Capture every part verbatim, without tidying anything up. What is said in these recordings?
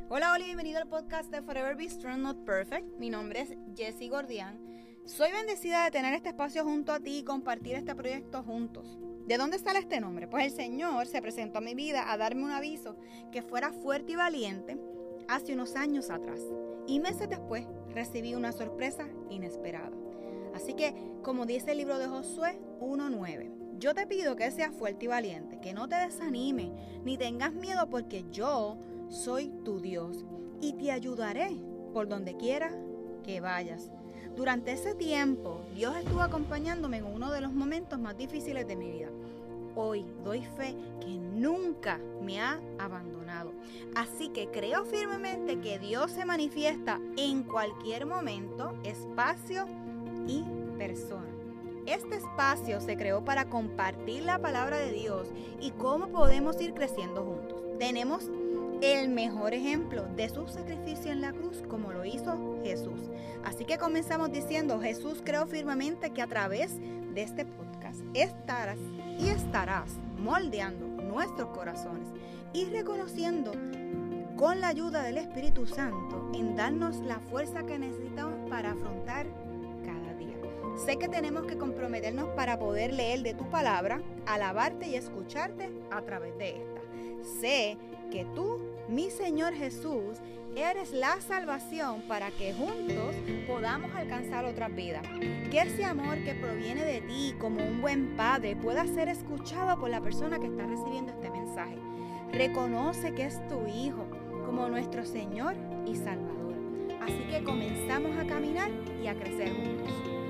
Hola, hola, bienvenido al podcast de Forever Be Strong Not Perfect. Mi nombre es Jessie Gordian. Soy bendecida de tener este espacio junto a ti y compartir este proyecto juntos. ¿De dónde sale este nombre? Pues el Señor se presentó a mi vida a darme un aviso que fuera fuerte y valiente hace unos años atrás. Y meses después recibí una sorpresa inesperada. Así que, como dice el libro de Josué uno nueve, yo te pido que seas fuerte y valiente, que no te desanimes ni tengas miedo, porque yo soy tu Dios y te ayudaré por donde quiera que vayas. Durante ese tiempo, Dios estuvo acompañándome en uno de los momentos más difíciles de mi vida. Hoy doy fe que nunca me ha abandonado. Así que creo firmemente que Dios se manifiesta en cualquier momento, espacio y persona. Este espacio se creó para compartir la palabra de Dios y cómo podemos ir creciendo juntos. Tenemos el mejor ejemplo de su sacrificio en la cruz, como lo hizo Jesús. Así que comenzamos diciendo: Jesús, creo firmemente que a través de este podcast estarás y estarás moldeando nuestros corazones y reconociendo con la ayuda del Espíritu Santo en darnos la fuerza que necesitamos para afrontar cada día. Sé que tenemos que comprometernos para poder leer de tu palabra, alabarte y escucharte a través de esta. Sé que tú, mi Señor Jesús, eres la salvación para que juntos podamos alcanzar otras vidas. Que ese amor que proviene de ti como un buen padre pueda ser escuchado por la persona que está recibiendo este mensaje. Reconoce que es tu Hijo como nuestro Señor y Salvador. Así que comenzamos a caminar y a crecer juntos.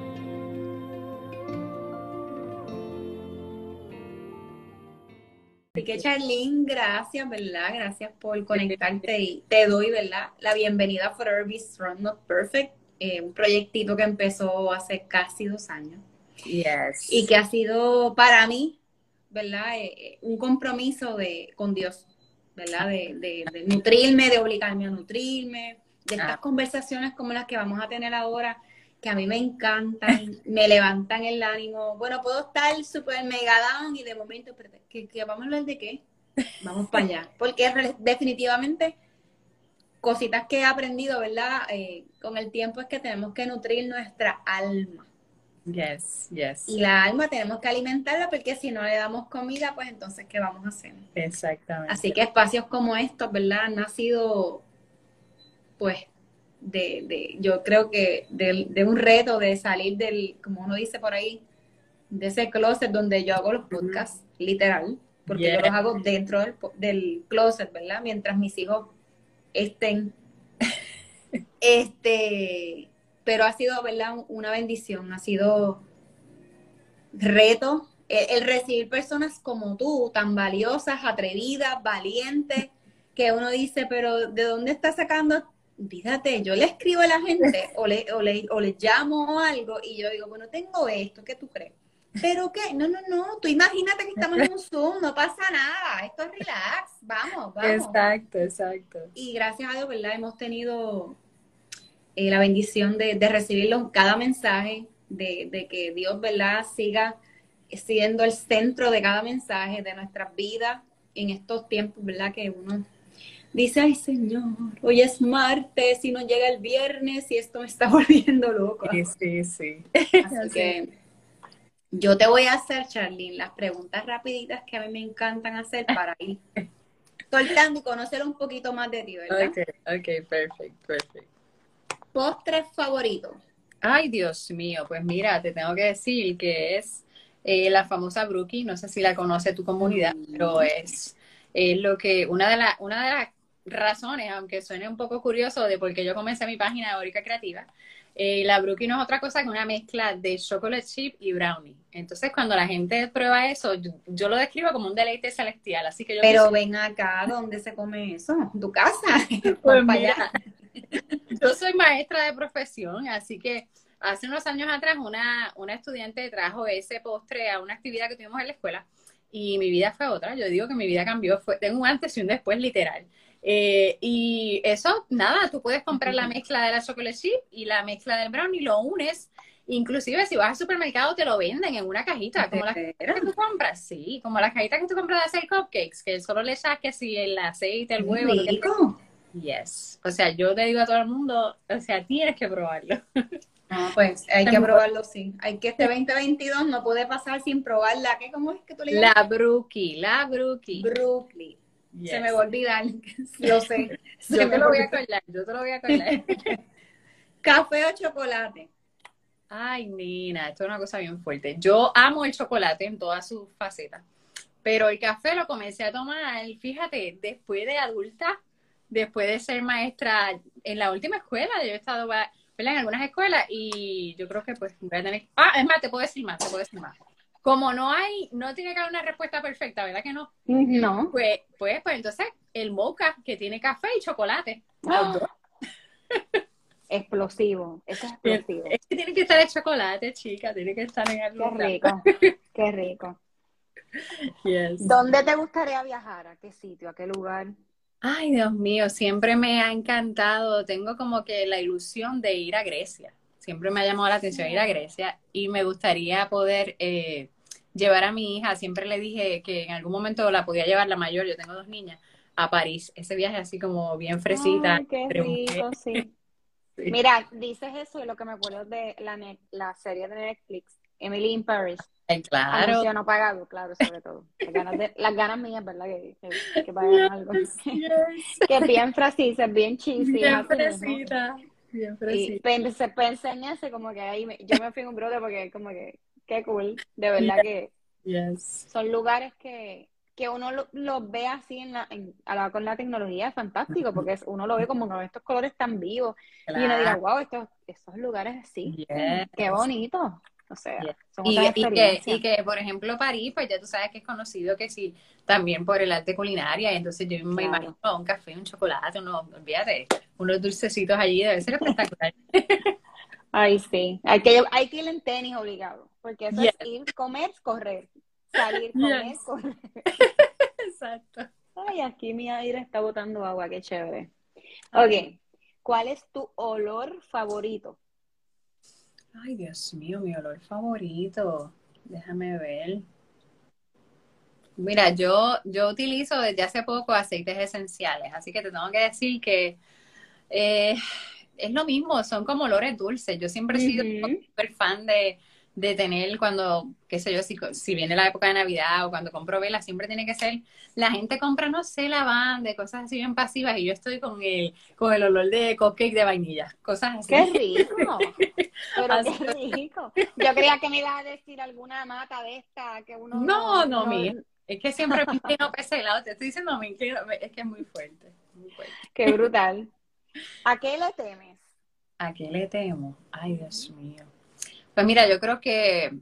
Así que, Charlene, gracias, ¿verdad? Gracias por conectarte y te doy, ¿verdad?, la bienvenida a Forever Be Strong Not Perfect, eh, un proyectito que empezó hace casi dos años. Yes. Y que ha sido para mí, ¿verdad?, eh, un compromiso de, con Dios, ¿verdad?, de, de, de nutrirme, de obligarme a nutrirme, de estas ah. conversaciones como las que vamos a tener ahora, que a mí me encantan, me levantan el ánimo. Bueno, puedo estar súper mega down y de momento, pero ¿que, que vamos a hablar de qué? Vamos para allá. Porque definitivamente cositas que he aprendido, ¿verdad? Eh, con el tiempo es que tenemos que nutrir nuestra alma. Yes, yes. Y la alma tenemos que alimentarla, porque si no le damos comida, pues entonces, ¿qué vamos a hacer? Exactamente. Así que espacios como estos, ¿verdad?, han nacido, pues, De, de, yo creo que de, de un reto de salir del, como uno dice por ahí, de ese closet donde yo hago los podcasts, mm-hmm. literal, porque yeah. yo los hago dentro del, del closet, ¿verdad? Mientras mis hijos estén. este, pero ha sido, ¿verdad?, una bendición, ha sido reto, el, el recibir personas como tú, tan valiosas, atrevidas, valientes, que uno dice, pero ¿de dónde está sacando? Fíjate, yo le escribo a la gente o le, o, le, o le llamo o algo y yo digo, bueno, tengo esto, ¿qué tú crees? ¿Pero qué? No, no, no, tú imagínate que estamos en un Zoom, no pasa nada, esto es relax, vamos, vamos. Exacto, exacto. Y gracias a Dios, ¿verdad?, hemos tenido eh, la bendición de, de recibirlo cada mensaje, de, de que Dios, ¿verdad?, siga siendo el centro de cada mensaje de nuestras vidas en estos tiempos, ¿verdad?, que uno dice, ay, Señor, hoy es martes y no llega el viernes y esto me está volviendo loco. Sí, sí, sí. Así que yo te voy a hacer, Charlene, las preguntas rapiditas que a mí me encantan hacer para ir soltando y conocer un poquito más de ti, ¿verdad? Ok, ok, perfect, perfect. ¿Postre favorito? Ay, Dios mío, pues mira, te tengo que decir que es eh, la famosa Brookie, no sé si la conoce tu comunidad, mm. pero es eh, lo que, una de las, una de las razones, aunque suene un poco curioso, de por qué yo comencé mi página de Eórica Creativa. Eh, la Brookie no es otra cosa que una mezcla de chocolate chip y brownie. Entonces, cuando la gente prueba eso, yo, yo lo describo como un deleite celestial. Así que yo Pero quise... ven acá, ¿dónde se come eso? ¿En tu casa? Pues mira, yo soy maestra de profesión, así que hace unos años atrás una, una estudiante trajo ese postre a una actividad que tuvimos en la escuela y mi vida fue otra. Yo digo que mi vida cambió, fue, tengo un antes y un después, literal. Eh, y eso, nada, tú puedes comprar la mezcla de la chocolate chip y la mezcla del brownie, lo unes, inclusive si vas al supermercado te lo venden en una cajita, como las cajitas que tú compras, sí, como las cajitas que tú compras de hacer cupcakes, que solo le echas que si el aceite, el huevo, lo que sea. Yes. O sea, yo te digo a todo el mundo, o sea, tienes que probarlo. No, pues hay que probarlo, sí. Hay que este veinte veintidós no puede pasar sin probar la que, ¿cómo es que tú le llamas? La Brookie, la Brookie. Brooklyn. Yes. Se me va a olvidar, lo sé. Yo te lo voy a acordar, yo te lo voy a acordar. ¿Café o chocolate? Ay, Nina, esto es una cosa bien fuerte. Yo amo el chocolate en todas sus facetas, pero el café lo comencé a tomar, fíjate, después de adulta, después de ser maestra en la última escuela. Yo he estado, ¿verdad?, en algunas escuelas y yo creo que pues voy a tener... Ah, es más, te puedo decir más, te puedo decir más. Como no hay, no tiene que haber una respuesta perfecta, ¿verdad que no? No. Pues, pues, pues entonces, el mocha que tiene café y chocolate. ¡Oh! Explosivo, eso es explosivo. Es que tiene que estar el chocolate, chica, tiene que estar en algo. Qué rico, qué rico. Yes. ¿Dónde te gustaría viajar? ¿A qué sitio? ¿A qué lugar? Ay, Dios mío, siempre me ha encantado. Tengo como que la ilusión de ir a Grecia. Siempre me ha llamado la atención ir a Grecia y me gustaría poder eh, llevar a mi hija. Siempre le dije que en algún momento la podía llevar, la mayor, yo tengo dos niñas, a París. Ese viaje así como bien fresita. Ay, qué rico, sí. Sí. Mira, dices eso y lo que me acuerdo de la, la serie de Netflix, Emily in Paris. Ay, claro. Anuncio no pagado, claro, sobre todo. Las ganas, de, las ganas mías, ¿verdad? Que, que, que pagan yes, algo. Yes. Que es bien frasista, es bien cheesy. Bien fresita. Bien fresita. Y pensé, pensé en ese, como que ahí me, yo me fui en un brote porque como que, qué cool. De verdad yes. que yes. son lugares que... que uno los lo ve así en la, en, a la, con la tecnología es fantástico, porque es, uno lo ve como con estos colores tan vivos, claro. Y uno dirá, wow, estos, estos lugares así, yes. Qué bonito. O sea, yes. son y, otras y, experiencias. que, y que, por ejemplo, París, pues ya tú sabes que es conocido que sí, también por el arte culinaria, entonces yo me claro. imagino un café, un chocolate, unos, olvídate, unos dulcecitos allí, debe ser espectacular. Ay, sí, hay que, hay que ir en tenis obligado, porque eso yes. es ir, comer, correr, salir, comer, yes. correr. Exacto. Ay, aquí mi aire está botando agua, qué chévere. Ok, ¿cuál es tu olor favorito? Ay, Dios mío, mi olor favorito. Déjame ver. Mira, yo, yo utilizo desde hace poco aceites esenciales, así que te tengo que decir que eh, es lo mismo, son como olores dulces. Yo siempre he sido uh-huh. súper fan de, de tener cuando, qué sé yo, si, si viene la época de Navidad o cuando compro velas, siempre tiene que ser, la gente compra, no sé, lavanda, cosas así bien pasivas y yo estoy con el, con el olor de cupcake de vainilla, cosas así. ¡Qué rico! Pero así. Qué rico. Yo creía que me ibas a decir alguna mata de esta que uno no... No, no, no mía. Es que siempre me inclino para ese lado, te estoy diciendo, me inclino, es que es muy fuerte, muy fuerte. Qué brutal. ¿A qué le temes? ¿A qué le temo? Ay, Dios mío. Pues mira, yo creo que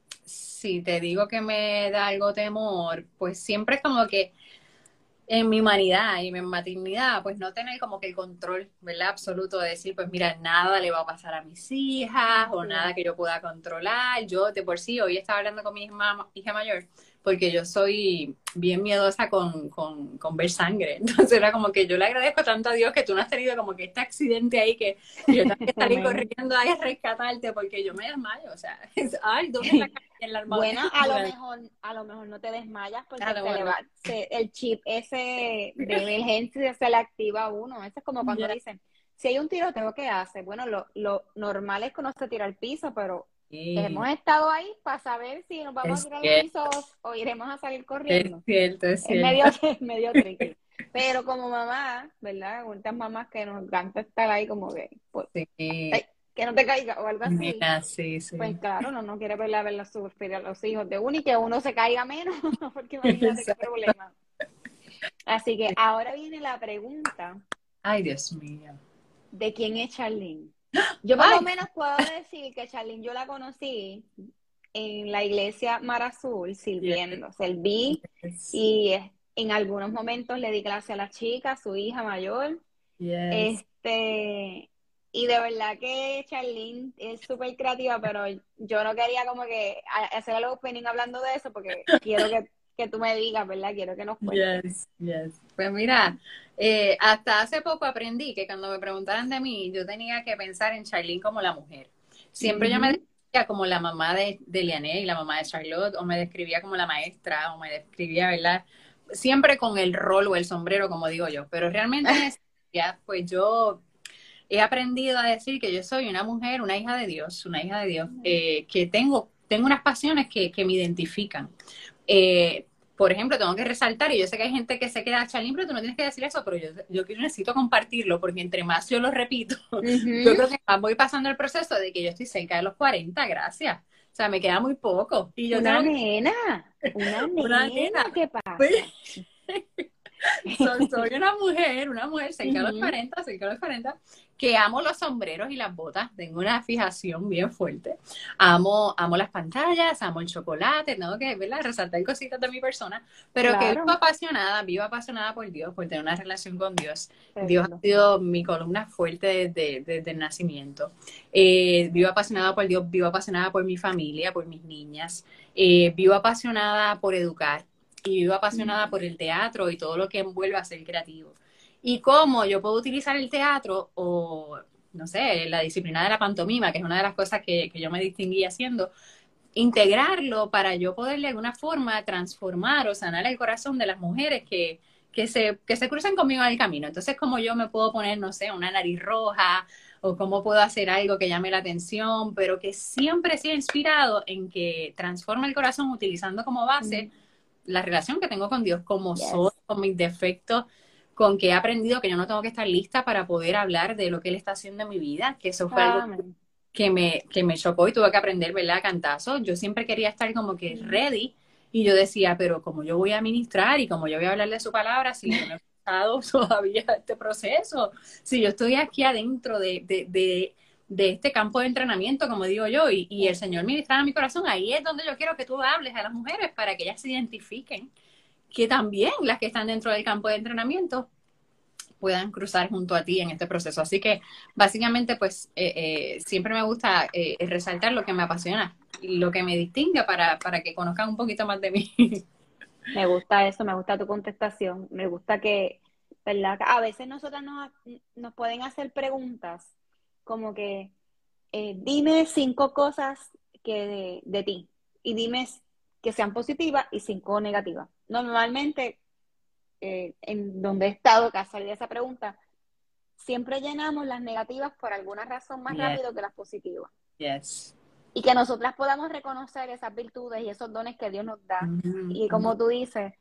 si te digo que me da algo temor, pues siempre es como que en mi humanidad y en mi maternidad, pues no tener como que el control, ¿verdad? Absoluto de decir, pues mira, nada le va a pasar a mis hijas o nada que yo pueda controlar. Yo de por sí, hoy estaba hablando con mi hija, hija mayor, porque yo soy bien miedosa con, con, con ver sangre. Entonces era como que yo le agradezco tanto a Dios que tú no has tenido como que este accidente ahí que yo tengo que salir corriendo ahí a rescatarte porque yo me desmayo. O sea, es, ay, ¿dónde está en la armadura? Bueno, a lo mejor, a lo mejor no te desmayas porque se bueno. le va, se, el chip ese de emergencia se le activa a uno. Eso es como cuando yeah. dicen, si hay un tiroteo, ¿qué hace? Bueno, lo, lo normal es que uno se tira al piso, pero sí. Hemos estado ahí para saber si nos vamos es a tirar al piso o, o iremos a salir corriendo. Es cierto, es cierto. Es medio, es medio tricky. Pero como mamá, ¿verdad? Muchas mamás que nos encanta estar ahí como que, pues, sí. ay, que no te caiga o algo así. Mira, sí, sí. Pues claro, no, no quiere verla, verla sufrir a los hijos de uno y que uno se caiga menos, porque imagínate qué problema. Así que ahora viene la pregunta. Ay, Dios mío. ¿De quién es Charlene? Yo por Ay. lo menos puedo decir que Charlene yo la conocí en la iglesia Mar Azul sirviendo, yes. serví yes. y en algunos momentos le di clase a la chica, su hija mayor. Yes. Este, y de verdad que Charlene es súper creativa, pero yo no quería como que hacer el opening hablando de eso porque quiero que, que tú me digas, ¿verdad? Quiero que nos cuentes. Yes, yes. Pues mira, eh, hasta hace poco aprendí que cuando me preguntaran de mí, yo tenía que pensar en Charlene como la mujer. Siempre uh-huh. yo me describía como la mamá de, de Liané y la mamá de Charlotte, o me describía como la maestra, o me describía, ¿verdad? Siempre con el rol o el sombrero, como digo yo, pero realmente ya, pues yo he aprendido a decir que yo soy una mujer, una hija de Dios, una hija de Dios, eh, que tengo, tengo unas pasiones que, que me identifican. Eh, por ejemplo, tengo que resaltar, y yo sé que hay gente que se queda, Charlene, pero tú no tienes que decir eso, pero yo, yo necesito compartirlo, porque entre más yo lo repito, uh-huh. yo creo que más voy pasando el proceso de que yo estoy cerca de los cuarenta, gracias. O sea, me queda muy poco. Y yo una tengo nena, que... una nena, una nena, ¿qué pasa? Soy, soy una mujer, una mujer cerca de los cuarenta, cerca de los cuarenta, que amo los sombreros y las botas. Tengo una fijación bien fuerte. Amo, amo las pantallas, amo el chocolate, tengo que, ¿verdad?, resaltar cositas de mi persona, pero claro, que vivo apasionada, vivo apasionada por Dios, por tener una relación con Dios. Pero Dios ha sido mi columna fuerte desde, desde el nacimiento. Eh, vivo apasionada por Dios, vivo apasionada por mi familia, por mis niñas. Eh, vivo apasionada por educar. Y vivo apasionada por el teatro y todo lo que envuelve a ser creativo. Y cómo yo puedo utilizar el teatro o, no sé, la disciplina de la pantomima, que es una de las cosas que, que yo me distinguí haciendo, integrarlo para yo poder de alguna forma transformar o sanar el corazón de las mujeres que, que, se, que se cruzan conmigo en el camino. Entonces, cómo yo me puedo poner, no sé, una nariz roja, o cómo puedo hacer algo que llame la atención, pero que siempre sea inspirado en que transforme el corazón utilizando como base mm. la relación que tengo con Dios, como yes. soy, con mis defectos, con que he aprendido que yo no tengo que estar lista para poder hablar de lo que Él está haciendo en mi vida, que eso fue Amén. algo que me, que me chocó y tuve que aprender, ¿verdad?, a cantazo. Yo siempre quería estar como que ready, y yo decía, pero ¿cómo yo voy a ministrar y cómo yo voy a hablar de su palabra si yo no he pasado todavía este proceso? Si yo estoy aquí adentro de, de, de, de este campo de entrenamiento, como digo yo, y, y el Señor ministra a mi corazón, ahí es donde yo quiero que tú hables a las mujeres para que ellas se identifiquen, que también las que están dentro del campo de entrenamiento puedan cruzar junto a ti en este proceso. Así que básicamente pues eh, eh, siempre me gusta eh, resaltar lo que me apasiona y lo que me distingue para, para que conozcan un poquito más de mí. Me gusta eso, me gusta tu contestación, me gusta que, ¿verdad? A veces nosotras nos, nos pueden hacer preguntas como que eh, dime cinco cosas que de, de ti y dime que sean positivas y cinco negativas. Normalmente Eh, en donde he estado, que ha salido esa pregunta, siempre llenamos las negativas por alguna razón más yes. rápido que las positivas. Yes. Y que nosotras podamos reconocer esas virtudes y esos dones que Dios nos da. Mm-hmm. Y como tú dices,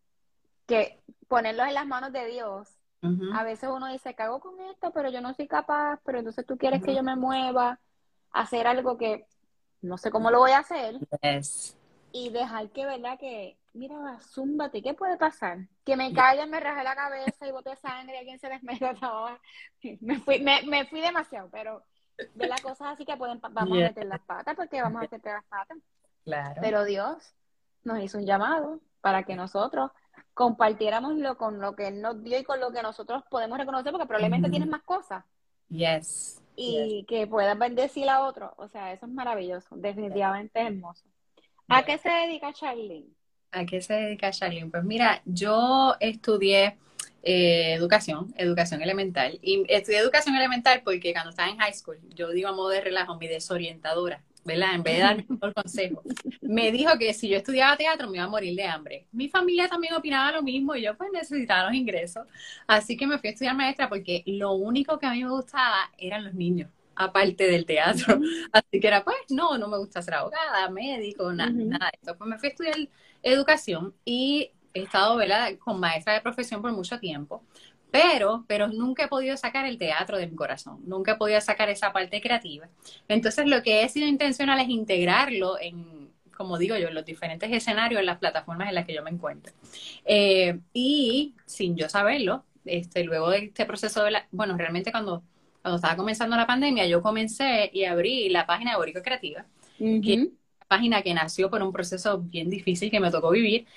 que ponerlos en las manos de Dios. Mm-hmm. A veces uno dice, cago con esto, pero yo no soy capaz, pero entonces tú quieres mm-hmm. que yo me mueva a hacer algo que no sé cómo lo voy a hacer. Yes. Y dejar que, ¿verdad?, que mira, zúmbate, ¿qué puede pasar? Que me caiga, me rajé la cabeza y boté sangre, alguien se les meta. No, me fui, me, me fui demasiado, pero de las cosas así que pueden, vamos yeah. a meter las patas, porque vamos a meter las patas. Claro. Pero Dios nos hizo un llamado para que nosotros compartiéramos lo, con lo que Él nos dio y con lo que nosotros podemos reconocer, porque probablemente mm-hmm. tienes más cosas. Yes. Y yes. que puedas bendecir a otro. O sea, eso es maravilloso, definitivamente es hermoso. ¿A qué se dedica Charlene? ¿A qué se dedica Charlene? Pues mira, yo estudié eh, educación, educación elemental. Y estudié educación elemental porque cuando estaba en high school, yo digo a modo de relajo, mi desorientadora, ¿verdad? En vez de darme un consejo, me dijo que si yo estudiaba teatro me iba a morir de hambre. Mi familia también opinaba lo mismo y yo pues necesitaba los ingresos. Así que me fui a estudiar maestra porque lo único que a mí me gustaba eran los niños, aparte del teatro. Así que era, pues, no, no me gusta ser abogada, médico, na, uh-huh. nada de eso. Pues me fui a estudiar educación y he estado, ¿verdad?, con maestra de profesión por mucho tiempo, pero, pero nunca he podido sacar el teatro de mi corazón, nunca he podido sacar esa parte creativa. Entonces, lo que he sido intencional es integrarlo en, como digo yo, en los diferentes escenarios, en las plataformas en las que yo me encuentro. Eh, y, sin yo saberlo, este, luego de este proceso de la, bueno, realmente cuando Cuando estaba comenzando la pandemia, yo comencé y abrí la página de Boricua Creativa, uh-huh. que es una página que nació por un proceso bien difícil que me tocó vivir,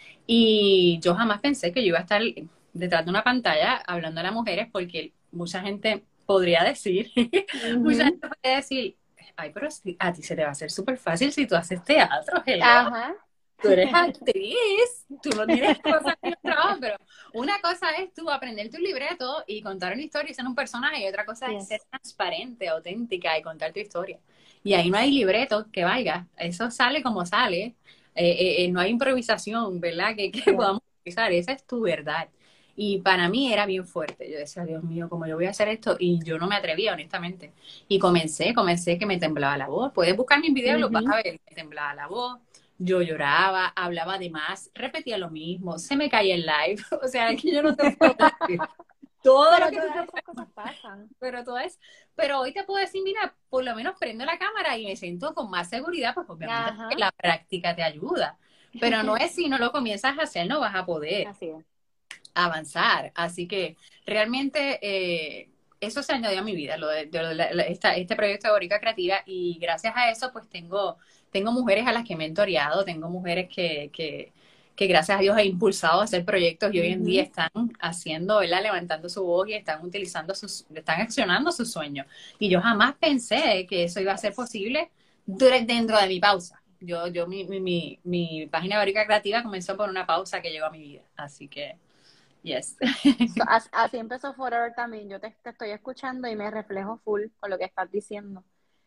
y yo jamás pensé que yo iba a estar detrás de una pantalla hablando a las mujeres, porque mucha gente podría decir, uh-huh. mucha gente podría decir, ay, pero a ti se te va a hacer súper fácil si tú haces teatro, hello. Ajá. Tú eres actriz, tú no tienes cosas en el trabajo, pero una cosa es tú aprender tu libreto y contar una historia y ser un personaje, y otra cosa yes. es ser transparente, auténtica y contar tu historia. Y ahí no hay libreto que valga, eso sale como sale, eh, eh, no hay improvisación, ¿verdad?, que, que yes. podamos utilizar, esa es tu verdad. Y para mí era bien fuerte. Yo decía, Dios mío, ¿cómo yo voy a hacer esto? Y yo no me atrevía, honestamente. Y comencé, comencé que me temblaba la voz. Puedes buscar mis videos, los vas a Ujú. ver. Me temblaba la voz, yo lloraba, hablaba de más, repetía lo mismo, se me caía el live. O sea, es que yo no te puedo decir todo lo Pero que tú te todas esas puedes cosas pasan. pero todo es, pero hoy te puedo decir, mira, por lo menos prendo la cámara y me siento con más seguridad, pues obviamente porque Ajá. la práctica te ayuda, pero no es si no lo comienzas a hacer, no vas a poder Así es. avanzar, así que realmente eh, eso se añadió a mi vida, lo de, de- de la- la- esta- este proyecto de Boricua Creativa, y gracias a eso pues tengo, tengo mujeres a las que he mentoreado, tengo mujeres que, que, que gracias a Dios he impulsado a hacer proyectos y hoy en día Ujú. están haciendo, ¿verdad? Levantando su voz y están utilizando sus, están accionando sus sueños. Y yo jamás pensé que eso iba a ser posible dur- dentro de mi pausa. Yo, yo mi, mi, mi, mi página de Boricua Creativa comenzó por una pausa que llegó a mi vida, así que yes. So, as- así empezó Forever también. Yo te, te estoy escuchando y me reflejo full con lo que estás diciendo.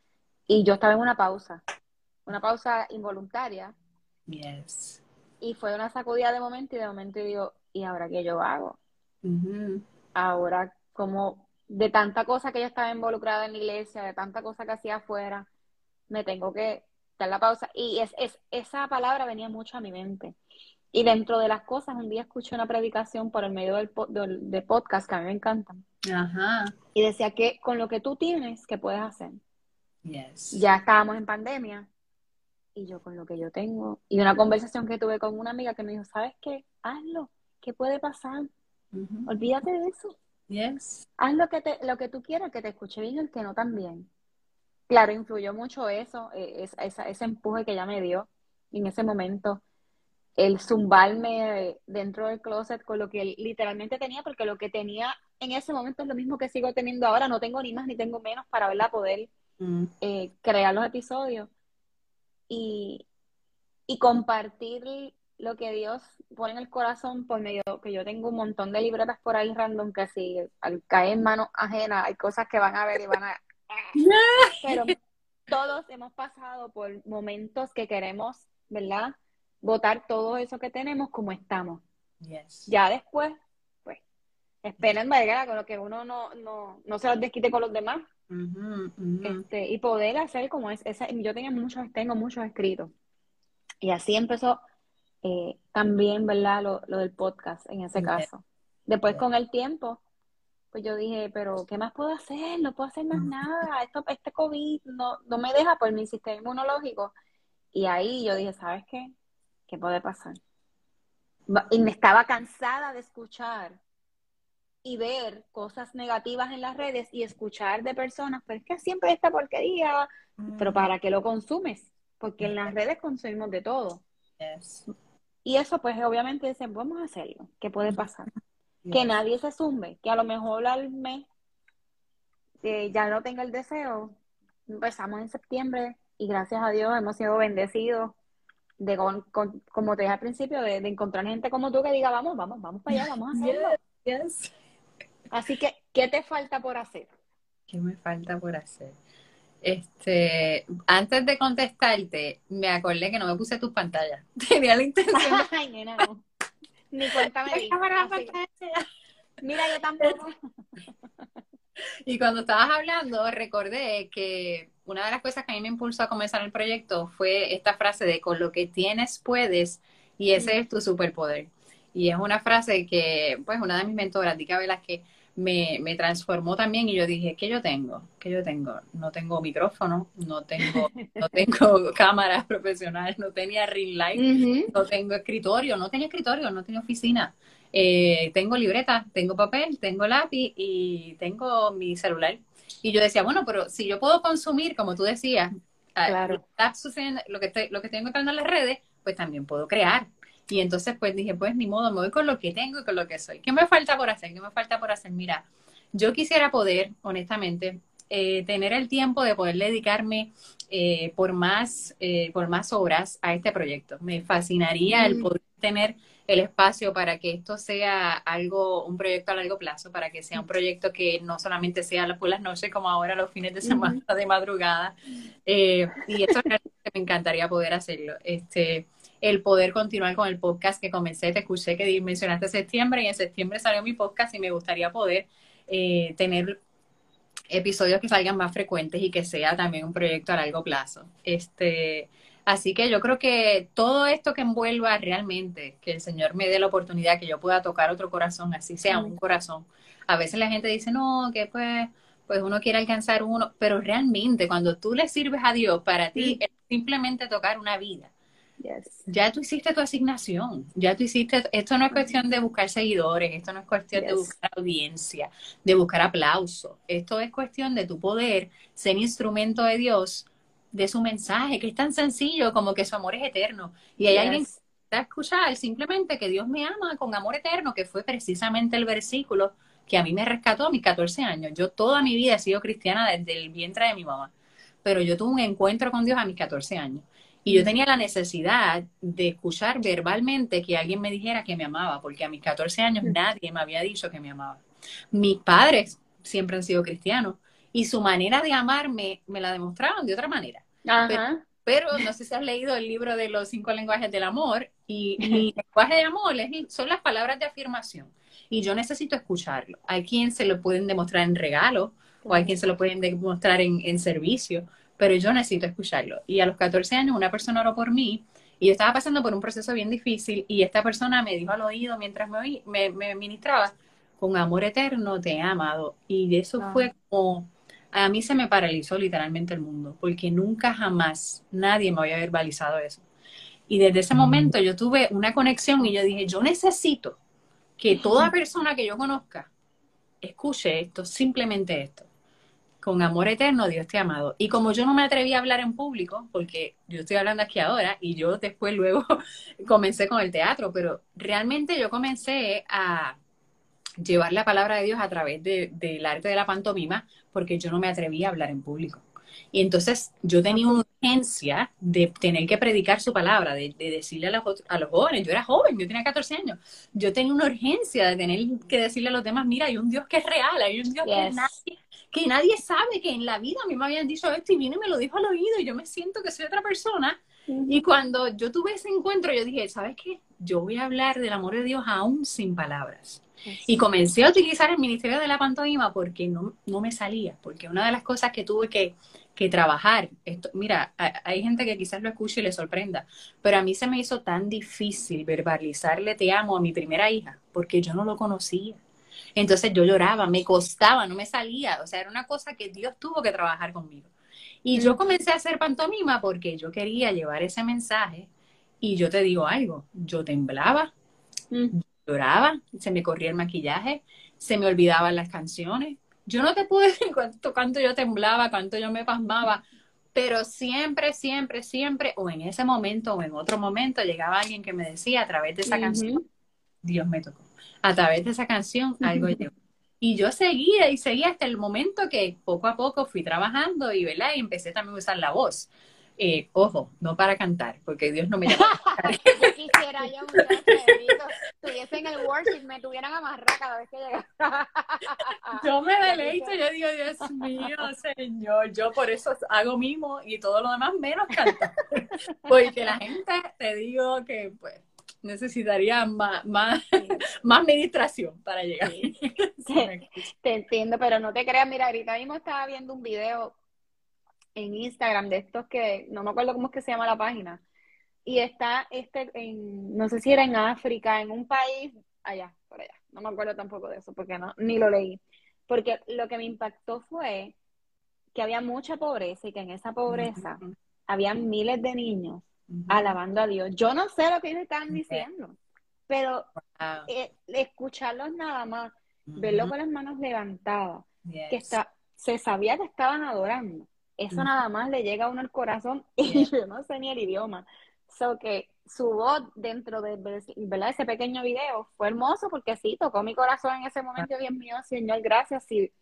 Y yo estaba en una pausa, una pausa involuntaria, Yes. y fue una sacudida de momento y de momento digo, ¿y ahora qué yo hago? Ujú. Ahora, como de tanta cosa que yo estaba involucrada en la iglesia, de tanta cosa que hacía afuera, me tengo que dar la pausa. Y es, es, esa palabra venía mucho a mi mente. Y dentro de las cosas, un día escuché una predicación por el medio del, po- del de podcast que a mí me encantan. Ajá. Y decía que con lo que tú tienes, ¿qué puedes hacer? Yes. Ya estábamos en pandemia y yo con lo que yo tengo. Y una conversación que tuve con una amiga que me dijo, ¿sabes qué? Hazlo. ¿Qué puede pasar? Ujú. Olvídate de eso. Yes. Haz lo que, te, lo que tú quieras, que te escuche bien y el que no también. Claro, influyó mucho eso, eh, es- esa- ese empuje que ella me dio en ese momento, el zumbarme dentro del closet con lo que literalmente tenía, porque lo que tenía en ese momento es lo mismo que sigo teniendo ahora, no tengo ni más ni tengo menos para, ¿verdad?, poder Mm. eh, crear los episodios y, y compartir lo que Dios pone en el corazón por medio, que yo tengo un montón de libretas por ahí random que si al caer en manos ajenas hay cosas que van a ver y van a... Pero todos hemos pasado por momentos que queremos, ¿verdad? Botar todo eso que tenemos como estamos. Yes. Ya después, pues, esperen, ¿verdad? Con lo que uno no, no, no se los desquite con los demás. Ujú, ujú. Este, y poder hacer como es, esa, yo tenía muchos, tengo muchos escritos. Y así empezó eh, también, ¿verdad? Lo, lo del podcast en ese Yes. caso. Después Yes. con el tiempo, pues yo dije, pero ¿qué más puedo hacer? No puedo hacer más nada. Esto, este COVID no, no me deja por mi sistema inmunológico. Y ahí yo dije, ¿sabes qué? ¿Qué puede pasar? Va- Y me estaba cansada de escuchar y ver cosas negativas en las redes y escuchar de personas, pero es que siempre hay esta porquería, pero Mm. ¿para qué lo consumes? Porque en las redes consumimos de todo. Yes. Y eso pues obviamente dicen, vamos a hacerlo. ¿Qué puede pasar? Que Yes. nadie se zumbe, que a lo mejor al mes eh, ya no tenga el deseo. Empezamos en septiembre y gracias a Dios hemos sido bendecidos de con, con- como te dije al principio, de, de encontrar gente como tú que diga, vamos, vamos, vamos para allá, vamos a hacerlo. Yes. Yes. Así que, ¿qué te falta por hacer? ¿Qué me falta por hacer? Este, antes de contestarte, me acordé que no me puse tus pantallas. Tenía la intención de Ay, nena, no. Ni cuenta me la di. cámara Así que, pantalla. mira, yo tampoco. Y cuando estabas hablando, recordé que una de las cosas que a mí me impulsó a comenzar el proyecto fue esta frase de con lo que tienes puedes y ese Mm. es tu superpoder. Y es una frase que, pues, una de mis mentoras, Dica Velázquez, me, me transformó también y yo dije, ¿qué yo tengo? ¿Qué yo tengo? No tengo micrófono, no tengo, no tengo cámara profesional, no tenía ring light, Ujú. no tengo escritorio, no tenía escritorio, no tenía oficina. Eh, tengo libreta, tengo papel, tengo lápiz y tengo mi celular. Y yo decía, bueno, pero si yo puedo consumir, como tú decías, ah, lo Claro. que está sucediendo, lo que estoy, lo que estoy encontrando en las redes, pues también puedo crear. Y entonces pues dije, pues ni modo, me voy con lo que tengo y con lo que soy. ¿Qué me falta por hacer? ¿Qué me falta por hacer? Mira, yo quisiera poder, honestamente, eh, tener el tiempo de poder dedicarme eh, por más, eh, por más horas a este proyecto. Me fascinaría el Mm. poder tener el espacio para que esto sea algo, un proyecto a largo plazo, para que sea un proyecto que no solamente sea por las noches como ahora los fines de semana Ujú. de madrugada. Eh, y esto realmente me encantaría poder hacerlo. Este, el poder continuar con el podcast que comencé. Te escuché que mencionaste septiembre y en septiembre salió mi podcast y me gustaría poder eh, tener episodios que salgan más frecuentes y que sea también un proyecto a largo plazo. Este, así que yo creo que todo esto que envuelva realmente, que el Señor me dé la oportunidad que yo pueda tocar otro corazón, así sea un corazón. A veces la gente dice, no, que pues, pues uno quiere alcanzar uno, pero realmente cuando tú le sirves a Dios, para ti Mm. es simplemente tocar una vida. Yes. Ya tú hiciste tu asignación, ya tú hiciste, esto no es cuestión de buscar seguidores, esto no es cuestión Yes. de buscar audiencia, de buscar aplauso, esto es cuestión de tu poder ser instrumento de Dios, de su mensaje, que es tan sencillo como que su amor es eterno. Y hay Yes. alguien que está a escuchar simplemente que Dios me ama con amor eterno, que fue precisamente el versículo que a mí me rescató a mis catorce años. Yo toda mi vida he sido cristiana desde el vientre de mi mamá, pero yo tuve un encuentro con Dios a mis catorce años. Y yo tenía la necesidad de escuchar verbalmente que alguien me dijera que me amaba, porque a mis catorce años nadie me había dicho que me amaba. Mis padres siempre han sido cristianos y su manera de amarme me la demostraban de otra manera. Ajá. Pero, pero no sé si has leído el libro de los cinco lenguajes del amor y mi lenguaje de amor es, son las palabras de afirmación y yo necesito escucharlo. Hay quien se lo pueden demostrar en regalo o hay quien se lo pueden demostrar en, en servicio, pero yo necesito escucharlo. Y a los catorce años una persona oró por mí y yo estaba pasando por un proceso bien difícil y esta persona me dijo al oído mientras me, oí, me, me ministraba, con amor eterno te he amado. Y eso Ah. fue como, a mí se me paralizó literalmente el mundo, porque nunca jamás nadie me había verbalizado eso. Y desde ese momento yo tuve una conexión y yo dije, yo necesito que toda persona que yo conozca escuche esto, simplemente esto. Con amor eterno, Dios te ha amado. Y como yo no me atreví a hablar en público, porque yo estoy hablando aquí ahora, y yo después luego comencé con el teatro, pero realmente yo comencé a llevar la palabra de Dios a través de, del arte de la pantomima, porque yo no me atreví a hablar en público. Y entonces yo tenía una urgencia de tener que predicar su palabra, de, de decirle a los, a los jóvenes, yo era joven, yo tenía catorce años, yo tenía una urgencia de tener que decirle a los demás, mira, hay un Dios que es real, hay un Dios yes. que nadie, que nadie sabe, que en la vida a mí me habían dicho esto y vino y me lo dijo al oído y yo me siento que soy otra persona. Uh-huh. Y cuando yo tuve ese encuentro, yo dije, ¿sabes qué? Yo voy a hablar del amor de Dios aún sin palabras. Yes. Y comencé a utilizar el ministerio de la pantomima porque no, no me salía, porque una de las cosas que tuve que, que trabajar, esto, mira, hay gente que quizás lo escuche y le sorprenda, pero a mí se me hizo tan difícil verbalizarle te amo a mi primera hija, porque yo no lo conocía. Entonces yo lloraba, me costaba, no me salía, o sea, era una cosa que Dios tuvo que trabajar conmigo. Y mm. yo comencé a hacer pantomima porque yo quería llevar ese mensaje y yo te digo algo, yo temblaba, mm. lloraba, se me corría el maquillaje, se me olvidaban las canciones. Yo no te puedo decir cuánto, cuánto yo temblaba, cuánto yo me pasmaba, pero siempre, siempre, siempre, o en ese momento o en otro momento, llegaba alguien que me decía a través de esa uh-huh. canción, Dios me tocó. A través de esa canción algo uh-huh. llegó. Y yo seguía y seguía hasta el momento que poco a poco fui trabajando y, ¿verdad? Y empecé también a usar la voz. Eh, ojo, no para cantar, porque Dios no me llama a cantar. Yo quisiera yo, muchachos, estuviese en el worship, me tuvieran amarrada cada vez que llegara. Yo me deleito, yo digo, Dios mío, Señor, yo por eso hago mimo y todo lo demás menos cantar. Porque la gente, te digo que, pues, necesitaría más, más, sí. más administración para llegar. Sí. Te, te entiendo, pero no te creas, mira, ahorita mismo estaba viendo un video en Instagram de estos que, no me acuerdo cómo es que se llama la página, y está este, en, no sé si era en África, en un país, allá, por allá, no me acuerdo tampoco de eso, porque no, ni lo leí, porque lo que me impactó fue que había mucha pobreza y que en esa pobreza uh-huh. había miles de niños uh-huh. alabando a Dios. Yo no sé lo que ellos estaban diciendo, pero wow. eh, escucharlos nada más, uh-huh. verlo con las manos levantadas, yes. que está, se sabía que estaban adorando. Eso uh-huh. nada más le llega a uno al corazón y yeah. yo no sé ni el idioma. So que su voz dentro de, ¿verdad? Ese pequeño video fue hermoso porque sí, tocó mi corazón en ese momento. Dios mío, Señor, gracias. Sí.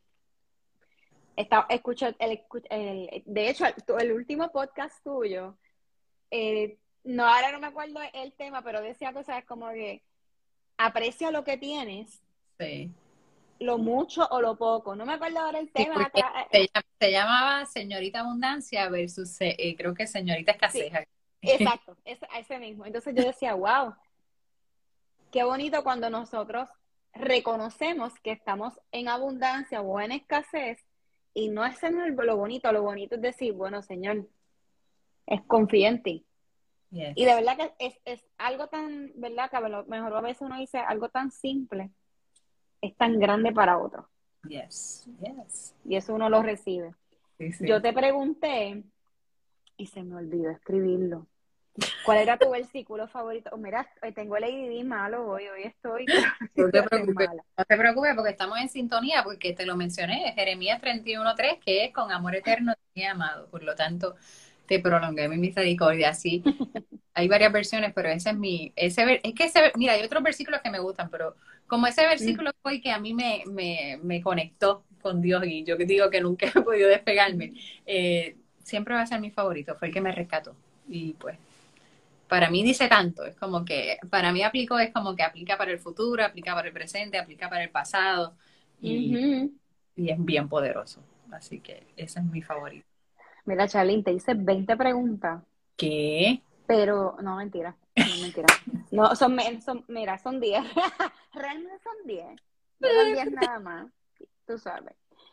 Estaba, escucho el, el, de hecho, el, el último podcast tuyo, eh, no, ahora no me acuerdo el tema, pero decía cosas como que aprecia lo que tienes. Sí. Lo mucho o lo poco. No me acuerdo ahora el tema. Sí, se, se llamaba Señorita Abundancia versus, eh, creo que Señorita Escasez. Sí. Exacto, es, a ese mismo. Entonces yo decía, wow, qué bonito cuando nosotros reconocemos que estamos en abundancia o en escasez y no es en el- lo bonito, lo bonito es decir, bueno, Señor, es confía en ti. Y de Yes, verdad que es, es algo tan, ¿verdad? Que a lo mejor a veces uno dice algo tan simple, es tan grande para otro. yes, yes. Y eso uno lo recibe. Sí, Yo sí. te pregunté, y se me olvidó escribirlo. ¿Cuál era tu versículo favorito? Oh, mira, hoy tengo el A D D malo hoy, hoy estoy, pero No te estoy preocupes, mala. no te preocupes porque estamos en sintonía, porque te lo mencioné, Jeremías treinta y uno tres, que es con amor eterno te he amado, por lo tanto te prolongué mi misericordia. Sí, hay varias versiones, pero ese es mi, ese, ver- es que ese, ver- mira, hay otros versículos que me gustan, pero como ese Mm. versículo fue el que a mí me, me, me conectó con Dios y yo que digo que nunca he podido despegarme, eh, siempre va a ser mi favorito, fue el que me rescató. Y pues para mí dice tanto, es como que, para mí aplicó, es como que aplica para el futuro, aplica para el presente, aplica para el pasado y, Ujú. y es bien poderoso. Así que ese es mi favorito. Mira, Charlene, te hice veinte preguntas, ¿Qué? pero no, mentira, no mentira. No, son, men- son mira, son diez. Realmente son diez. No eran diez nada más, tú sabes.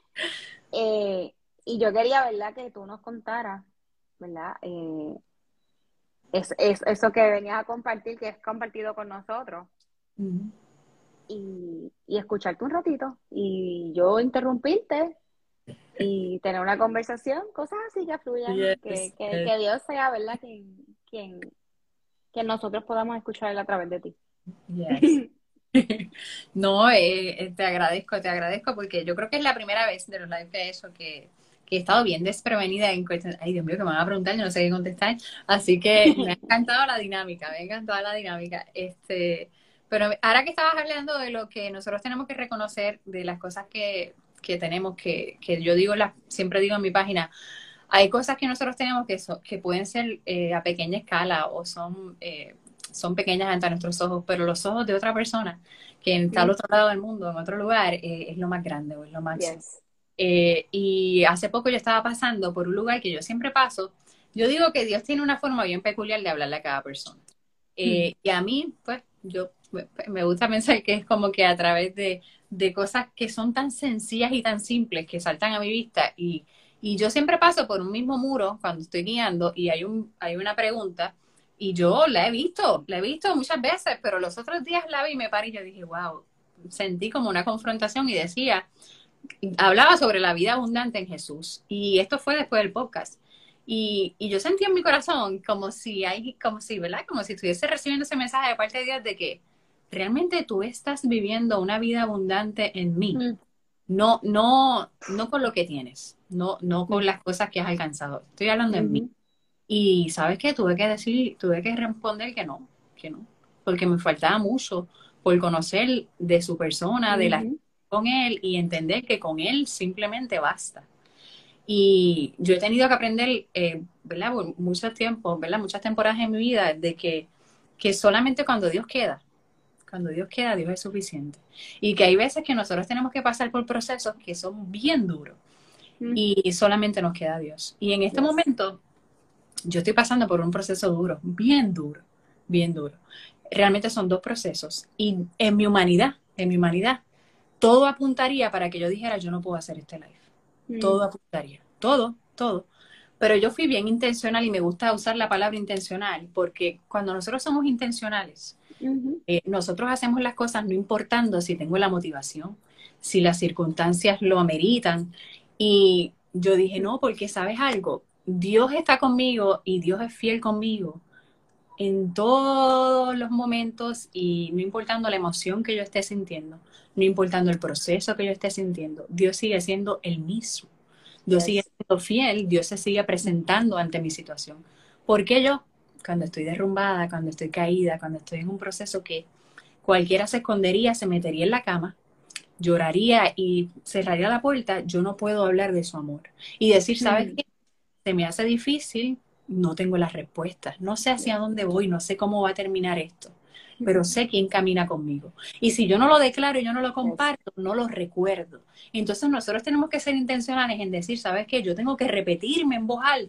Eh, y yo quería, ¿verdad? Que tú nos contaras, ¿verdad? Eh, es, es eso que venías a compartir, que es compartido con nosotros, Ujú. y, y escucharte un ratito, y yo interrumpirte y tener una conversación, cosas así que fluyan, que, Yes, que, yes, que Dios sea, ¿verdad? Quien, quien, que nosotros podamos escuchar a través de ti. yes. No, eh, eh, te agradezco, te agradezco porque yo creo que es la primera vez de los live que he hecho que, que he estado bien desprevenida en cuestión. Ay, Dios mío, que me van a preguntar, yo no sé qué contestar. Así que me ha encantado la dinámica, me ha encantado la dinámica. Este, pero ahora que estabas hablando de lo que nosotros tenemos que reconocer, de las cosas que, que tenemos, que, que yo digo, las, siempre digo en mi página, hay cosas que nosotros tenemos que, so- que pueden ser eh, a pequeña escala o son, eh, son pequeñas ante nuestros ojos, pero los ojos de otra persona que está al Mm, otro lado del mundo, en otro lugar, eh, es lo más grande o es lo máximo. yes. Eh, y hace poco yo estaba pasando por un lugar que yo siempre paso. Yo digo que Dios tiene una forma bien peculiar de hablarle a cada persona. Mm, Eh, y a mí, pues, yo pues, me gusta pensar que es como que a través de, de cosas que son tan sencillas y tan simples que saltan a mi vista. Y, y yo siempre paso por un mismo muro cuando estoy guiando y hay, un, hay una pregunta y yo la he visto, la he visto muchas veces, pero los otros días la vi y me paré y yo dije, wow, sentí como una confrontación y decía, hablaba sobre la vida abundante en Jesús. Y esto fue después del podcast. Y, y yo sentí en mi corazón como si hay, como si, ¿verdad? Como si estuviese recibiendo ese mensaje de parte de Dios de que realmente tú estás viviendo una vida abundante en mí. mm, No, no, no con lo que tienes, no, no con mm, las cosas que has alcanzado. Estoy hablando en mí. ujú, Y ¿sabes qué? Tuve que decir, tuve que responder que no, que no, porque me faltaba mucho por conocer de su persona, de la ujú, con él y entender que con él simplemente basta. Y yo he tenido que aprender, eh, ¿verdad? Por mucho tiempo, ¿verdad? Muchas temporadas en mi vida de que, que solamente cuando Dios queda, cuando Dios queda, Dios es suficiente. Y que hay veces que nosotros tenemos que pasar por procesos que son bien duros mm, y solamente nos queda Dios. Y en este yes. momento yo estoy pasando por un proceso duro, bien duro, bien duro. Realmente son dos procesos. Y en mi humanidad, en mi humanidad, todo apuntaría para que yo dijera, yo no puedo hacer este live. Mm, Todo apuntaría, todo, todo. Pero yo fui bien intencional y me gusta usar la palabra intencional porque cuando nosotros somos intencionales, ujú, eh, nosotros hacemos las cosas no importando si tengo la motivación, si las circunstancias lo ameritan. Y yo dije, mm, no, porque sabes algo, Dios está conmigo y Dios es fiel conmigo en todos los momentos y no importando la emoción que yo esté sintiendo, no importando el proceso que yo esté sintiendo, Dios sigue siendo el mismo. Dios sigue yes. siendo fiel, Dios se sigue presentando ante mi situación. ¿Por qué yo? Cuando estoy derrumbada, cuando estoy caída, cuando estoy en un proceso que cualquiera se escondería, se metería en la cama, lloraría y cerraría la puerta, yo no puedo hablar de su amor. Y decir, ¿sabes Mm, qué? Se me hace difícil, no tengo las respuestas, no sé hacia yes. dónde voy, no sé cómo va a terminar esto, pero sé quién camina conmigo. Y si yo no lo declaro, yo no lo Yes. comparto, no lo recuerdo. Entonces nosotros tenemos que ser intencionales en decir, ¿sabes qué? Yo tengo que repetirme en voz alta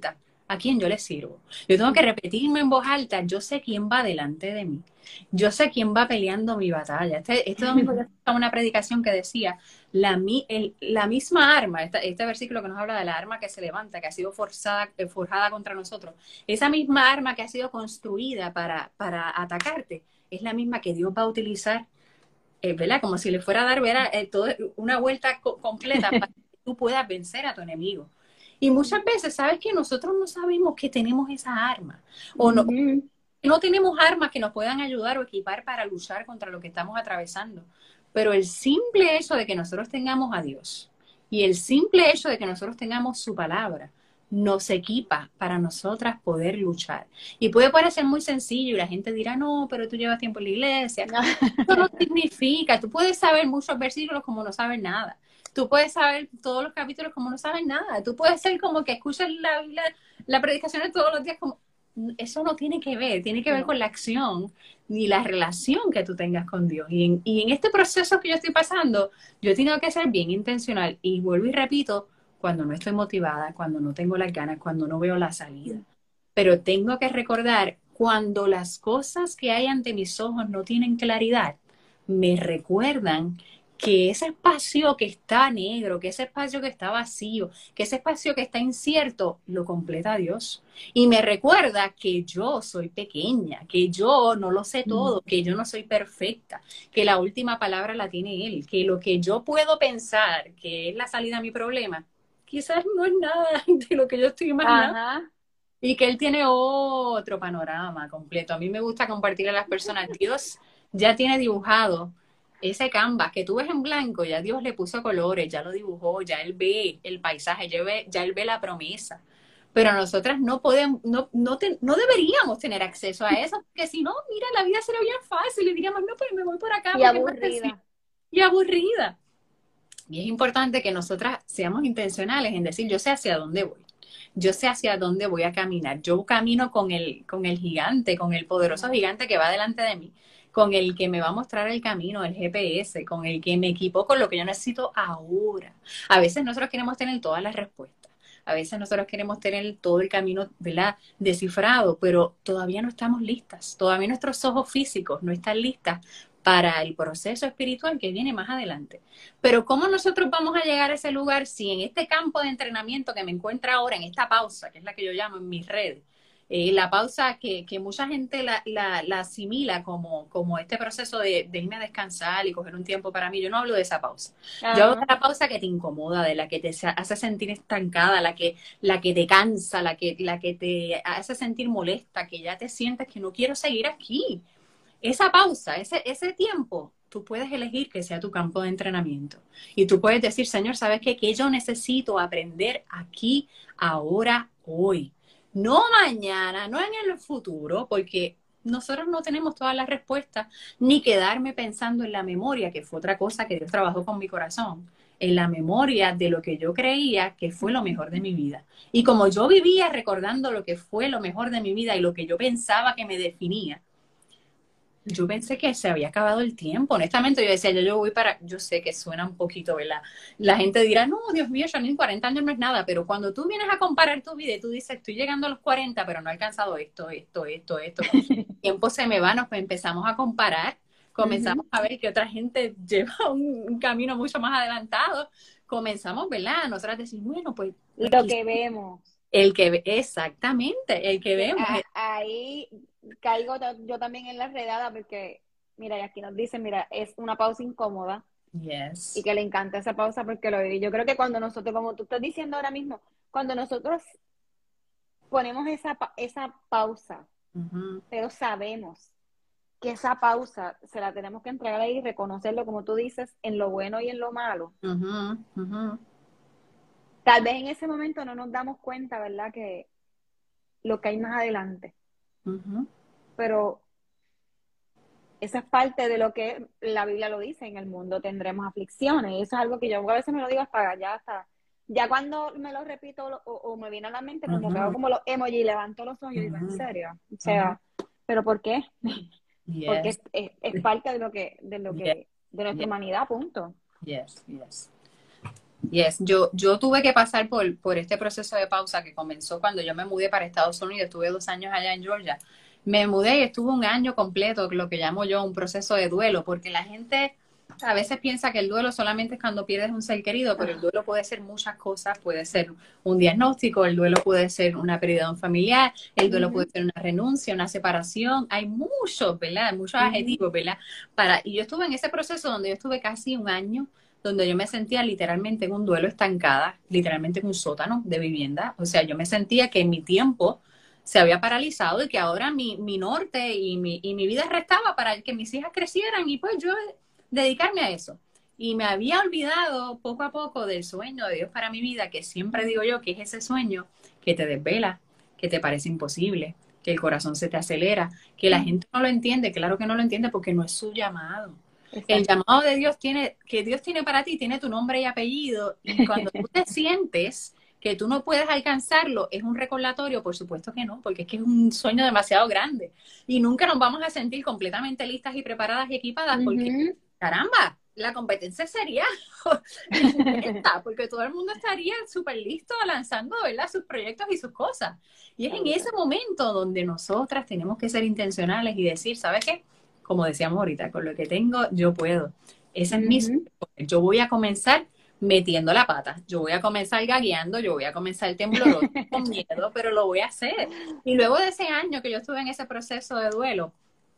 ¿A quién yo le sirvo? Yo tengo que repetirme en voz alta, yo sé quién va delante de mí. Yo sé quién va peleando mi batalla. Este, este domingo yo escuchaba una predicación que decía, la, mi, el, la misma arma, esta, este versículo que nos habla de la arma que se levanta, que ha sido forzada, eh, forjada contra nosotros, esa misma arma que ha sido construida para, para atacarte, es la misma que Dios va a utilizar, eh, ¿verdad? Como si le fuera a dar ¿verdad? Eh, todo, una vuelta co completa para que tú puedas vencer a tu enemigo. Y muchas veces, ¿sabes qué? Nosotros no sabemos que tenemos esa arma. O no, Ujú. no tenemos armas que nos puedan ayudar o equipar para luchar contra lo que estamos atravesando. Pero el simple hecho de que nosotros tengamos a Dios y el simple hecho de que nosotros tengamos su palabra nos equipa para nosotras poder luchar. Y puede parecer muy sencillo y la gente dirá, no, pero tú llevas tiempo en la iglesia. Eso no significa. Tú puedes saber muchos versículos como no sabes nada. Tú puedes saber todos los capítulos como no sabes nada. Tú puedes ser como que escuchas la, la, la predicación de todos los días como... Eso no tiene que ver, tiene que ver con la acción y la relación que tú tengas con Dios. Y en, y en este proceso que yo estoy pasando, yo he tenido que ser bien intencional. Y vuelvo y repito, cuando no estoy motivada, cuando no tengo las ganas, cuando no veo la salida. Pero tengo que recordar, cuando las cosas que hay ante mis ojos no tienen claridad, me recuerdan que ese espacio que está negro, que ese espacio que está vacío, que ese espacio que está incierto, lo completa Dios. Y me recuerda que yo soy pequeña, que yo no lo sé todo, que yo no soy perfecta, que la última palabra la tiene Él, que lo que yo puedo pensar que es la salida a mi problema, quizás no es nada de lo que yo estoy imaginando. Ajá. Y que Él tiene otro panorama completo. A mí me gusta compartir a las personas. Dios ya tiene dibujado ese canvas que tú ves en blanco, ya Dios le puso colores, ya lo dibujó, ya Él ve el paisaje, ya, ve, ya Él ve la promesa. Pero nosotras no podemos, no, no, te, no deberíamos tener acceso a eso, porque si no, mira, la vida sería bien fácil y diríamos, no, pues me voy por acá. Y aburrida. Y aburrida. Y es importante que nosotras seamos intencionales en decir, yo sé hacia dónde voy. Yo sé hacia dónde voy a caminar. Yo camino con el, con el gigante, con el poderoso gigante que va delante de mí, con el que me va a mostrar el camino, el G P S, con el que me equipo con lo que yo necesito ahora. A veces nosotros queremos tener todas las respuestas. A veces nosotros queremos tener todo el camino, ¿verdad?, descifrado, pero todavía no estamos listas. Todavía nuestros ojos físicos no están listas para el proceso espiritual que viene más adelante. Pero ¿cómo nosotros vamos a llegar a ese lugar si en este campo de entrenamiento que me encuentra ahora, en esta pausa, que es la que yo llamo en mis redes, eh, la pausa que, que mucha gente la, la, la asimila como, como este proceso de, de irme a descansar y coger un tiempo para mí? Yo no hablo de esa pausa. Yo hablo de la pausa que te incomoda, de la que te hace sentir estancada, la que, la que te cansa, la que, la que te hace sentir molesta, que ya te sientes que no quiero seguir aquí. Esa pausa, ese, ese tiempo, tú puedes elegir que sea tu campo de entrenamiento. Y tú puedes decir, Señor, ¿sabes qué? Que yo necesito aprender aquí, ahora, hoy. No mañana, no en el futuro, porque nosotros no tenemos todas las respuestas, ni quedarme pensando en la memoria, que fue otra cosa que Dios trabajó con mi corazón, en la memoria de lo que yo creía que fue lo mejor de mi vida. Y como yo vivía recordando lo que fue lo mejor de mi vida y lo que yo pensaba que me definía, yo pensé que se había acabado el tiempo. Honestamente, yo decía, yo, yo voy para... Yo sé que suena un poquito, ¿verdad? La gente dirá, no, Dios mío, Janine, cuarenta años no es nada. Pero cuando tú vienes a comparar tu vida y tú dices, estoy llegando a los cuarenta, pero no he alcanzado esto, esto, esto, esto. El tiempo se me va, nos empezamos a comparar. Comenzamos uh-huh. a ver que otra gente lleva un, un camino mucho más adelantado. Comenzamos, ¿verdad? Nosotras decimos, bueno, pues... pues lo que vemos. El que ve, exactamente, el que vemos. A, ahí caigo yo también en la redada porque, mira, y aquí nos dicen, mira, es una pausa incómoda. Yes. Y que le encanta esa pausa porque lo viví. Yo creo que cuando nosotros, como tú estás diciendo ahora mismo, cuando nosotros ponemos esa, esa pausa, uh-huh. pero sabemos que esa pausa se la tenemos que entregar ahí y reconocerlo, como tú dices, en lo bueno y en lo malo. Uh-huh. Uh-huh. Tal vez en ese momento no nos damos cuenta, ¿verdad?, que lo que hay más adelante. Uh-huh. Pero esa es parte de lo que la Biblia lo dice, en el mundo tendremos aflicciones. Y eso es algo que yo a veces me lo digo hasta allá, hasta ya cuando me lo repito o, o me viene a la mente, como uh-huh. que hago como los emojis, levanto los ojos y digo, ¿en serio? O sea, uh-huh. ¿pero por qué? Yes. Porque es, es, es parte de lo que, de lo que, yes. de nuestra yes. humanidad, punto. Yes, yes. Yes, yo, yo tuve que pasar por, por este proceso de pausa que comenzó cuando yo me mudé para Estados Unidos, estuve dos años allá en Georgia. Me mudé y estuve un año completo, lo que llamo yo un proceso de duelo, porque la gente a veces piensa que el duelo solamente es cuando pierdes un ser querido, pero el duelo puede ser muchas cosas, puede ser un diagnóstico, el duelo puede ser una pérdida de un familiar, el duelo uh-huh. puede ser una renuncia, una separación, hay muchos, ¿verdad? Muchos uh-huh. adjetivos, ¿verdad? Para, y yo estuve en ese proceso donde yo estuve casi un año, donde yo me sentía literalmente en un duelo estancada, literalmente en un sótano de vivienda, o sea, yo me sentía que mi tiempo se había paralizado y que ahora mi, mi norte y mi, y mi vida restaba para que mis hijas crecieran y pues yo dedicarme a eso. Y me había olvidado poco a poco del sueño de Dios para mi vida, que siempre digo yo que es ese sueño que te desvela, que te parece imposible, que el corazón se te acelera, que la gente no lo entiende, claro que no lo entiende porque no es su llamado. Exacto. El llamado de Dios tiene, que Dios tiene para ti, tiene tu nombre y apellido, y cuando tú te sientes que tú no puedes alcanzarlo, es un recordatorio, por supuesto que no, porque es que es un sueño demasiado grande, y nunca nos vamos a sentir completamente listas y preparadas y equipadas, porque, uh-huh. caramba, la competencia sería esta, porque todo el mundo estaría súper listo lanzando, ¿verdad?, sus proyectos y sus cosas, y es en ese momento donde nosotras tenemos que ser intencionales y decir, ¿sabes qué? Como decíamos ahorita, con lo que tengo, yo puedo. Ese es uh-huh. mi sueño. Yo voy a comenzar metiendo la pata. Yo voy a comenzar gagueando, yo voy a comenzar tembloroso, con miedo, pero lo voy a hacer. Y luego de ese año que yo estuve en ese proceso de duelo,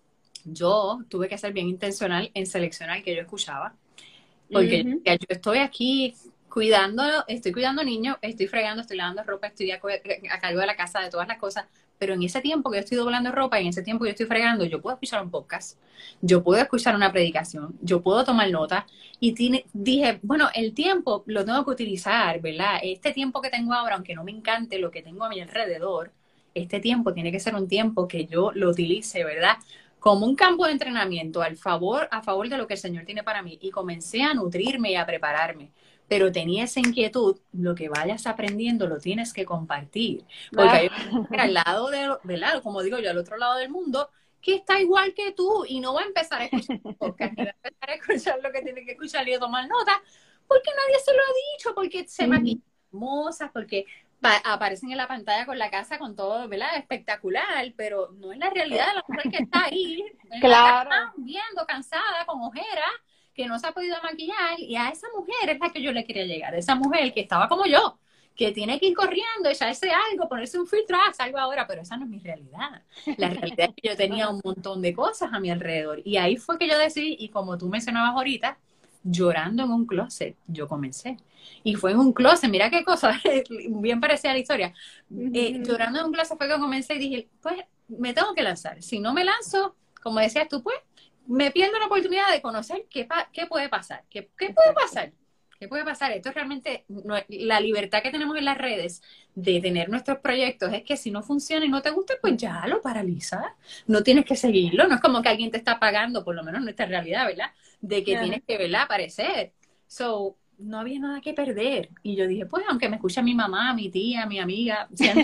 yo tuve que ser bien intencional en seleccionar qué yo escuchaba. Porque uh-huh. yo estoy aquí cuidando, estoy cuidando niños, estoy fregando, estoy lavando ropa, estoy a, a cargo de la casa, de todas las cosas. Pero en ese tiempo que yo estoy doblando ropa, en ese tiempo que yo estoy fregando, yo puedo escuchar un podcast, yo puedo escuchar una predicación, yo puedo tomar notas. Y tiene, dije, bueno, el tiempo lo tengo que utilizar, ¿verdad? Este tiempo que tengo ahora, aunque no me encante lo que tengo a mi alrededor, este tiempo tiene que ser un tiempo que yo lo utilice, ¿verdad?, como un campo de entrenamiento al favor, a favor de lo que el Señor tiene para mí. Y comencé a nutrirme y a prepararme. Pero tenía esa inquietud, lo que vayas aprendiendo lo tienes que compartir. Porque hay un al lado de, ¿verdad?, como digo yo, al otro lado del mundo, que está igual que tú y no va a empezar a escuchar podcast, ni va a empezar a escuchar lo que tiene que escuchar y a tomar nota, porque nadie se lo ha dicho, porque se mm. maquillan hermosas, porque pa- aparecen en la pantalla con la casa con todo, ¿verdad?, espectacular, pero no es la realidad de la mujer que está ahí, en claro. la casa, viendo, cansada, con ojeras, que no se ha podido maquillar, y a esa mujer es la que yo le quería llegar, esa mujer que estaba como yo, que tiene que ir corriendo, echarse algo, ponerse un filtro, ah, salgo ahora, pero esa no es mi realidad. La realidad es que yo tenía un montón de cosas a mi alrededor, y ahí fue que yo decidí, y como tú mencionabas ahorita, llorando en un closet, yo comencé. Y fue en un closet, mira qué cosa, bien parecida a la historia. Eh, llorando en un closet fue que comencé y dije, pues me tengo que lanzar. Si no me lanzo, como decías tú, pues me pierdo la oportunidad de conocer qué, pa qué puede pasar. ¿Qué, qué puede pasar? ¿Qué puede pasar? Esto es realmente, no, la libertad que tenemos en las redes de tener nuestros proyectos es que si no funciona y no te gusta, pues ya lo paralizas. No tienes que seguirlo. No es como que alguien te está pagando, por lo menos en nuestra realidad, ¿verdad?, de que yeah. tienes que, ¿verdad?, aparecer. So, no había nada que perder. Y yo dije, pues, aunque me escuche mi mamá, mi tía, mi amiga, o sea,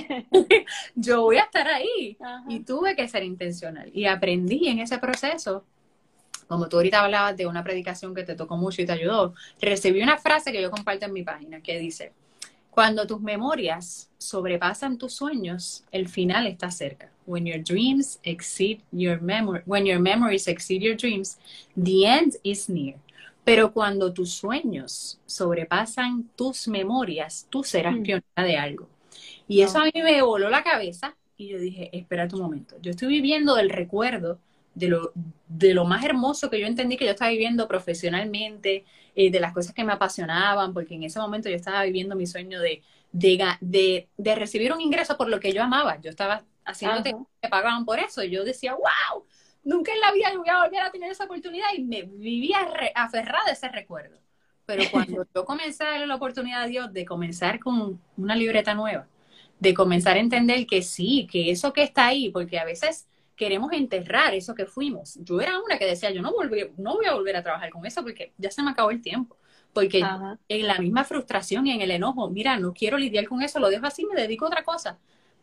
yo voy a estar ahí. Uh-huh. Y tuve que ser intencional. Y aprendí en ese proceso, como tú ahorita hablabas de una predicación que te tocó mucho y te ayudó, recibí una frase que yo comparto en mi página que dice, cuando tus memorias sobrepasan tus sueños, el final está cerca. When your dreams exceed your memory, when your memories exceed your dreams, the end is near. Pero cuando tus sueños sobrepasan tus memorias, tú serás mm. pionera de algo. Y eso no. a mí me voló la cabeza y yo dije, espera un momento, yo estoy viviendo del recuerdo de lo, de lo más hermoso que yo entendí que yo estaba viviendo profesionalmente, eh, de las cosas que me apasionaban, porque en ese momento yo estaba viviendo mi sueño de, de, de, de recibir un ingreso por lo que yo amaba. Yo estaba haciendo que me pagaban por eso y yo decía, wow, nunca en la vida voy a volver a tener esa oportunidad y me vivía re, aferrada a ese recuerdo. Pero cuando yo comencé a darle la oportunidad a Dios de comenzar con una libreta nueva, de comenzar a entender que sí, que eso que está ahí, porque a veces queremos enterrar eso que fuimos. Yo era una que decía, yo no, volví, no voy a volver a trabajar con eso porque ya se me acabó el tiempo. Porque Ajá. en la misma frustración y en el enojo, mira, no quiero lidiar con eso, lo dejo así, me dedico a otra cosa.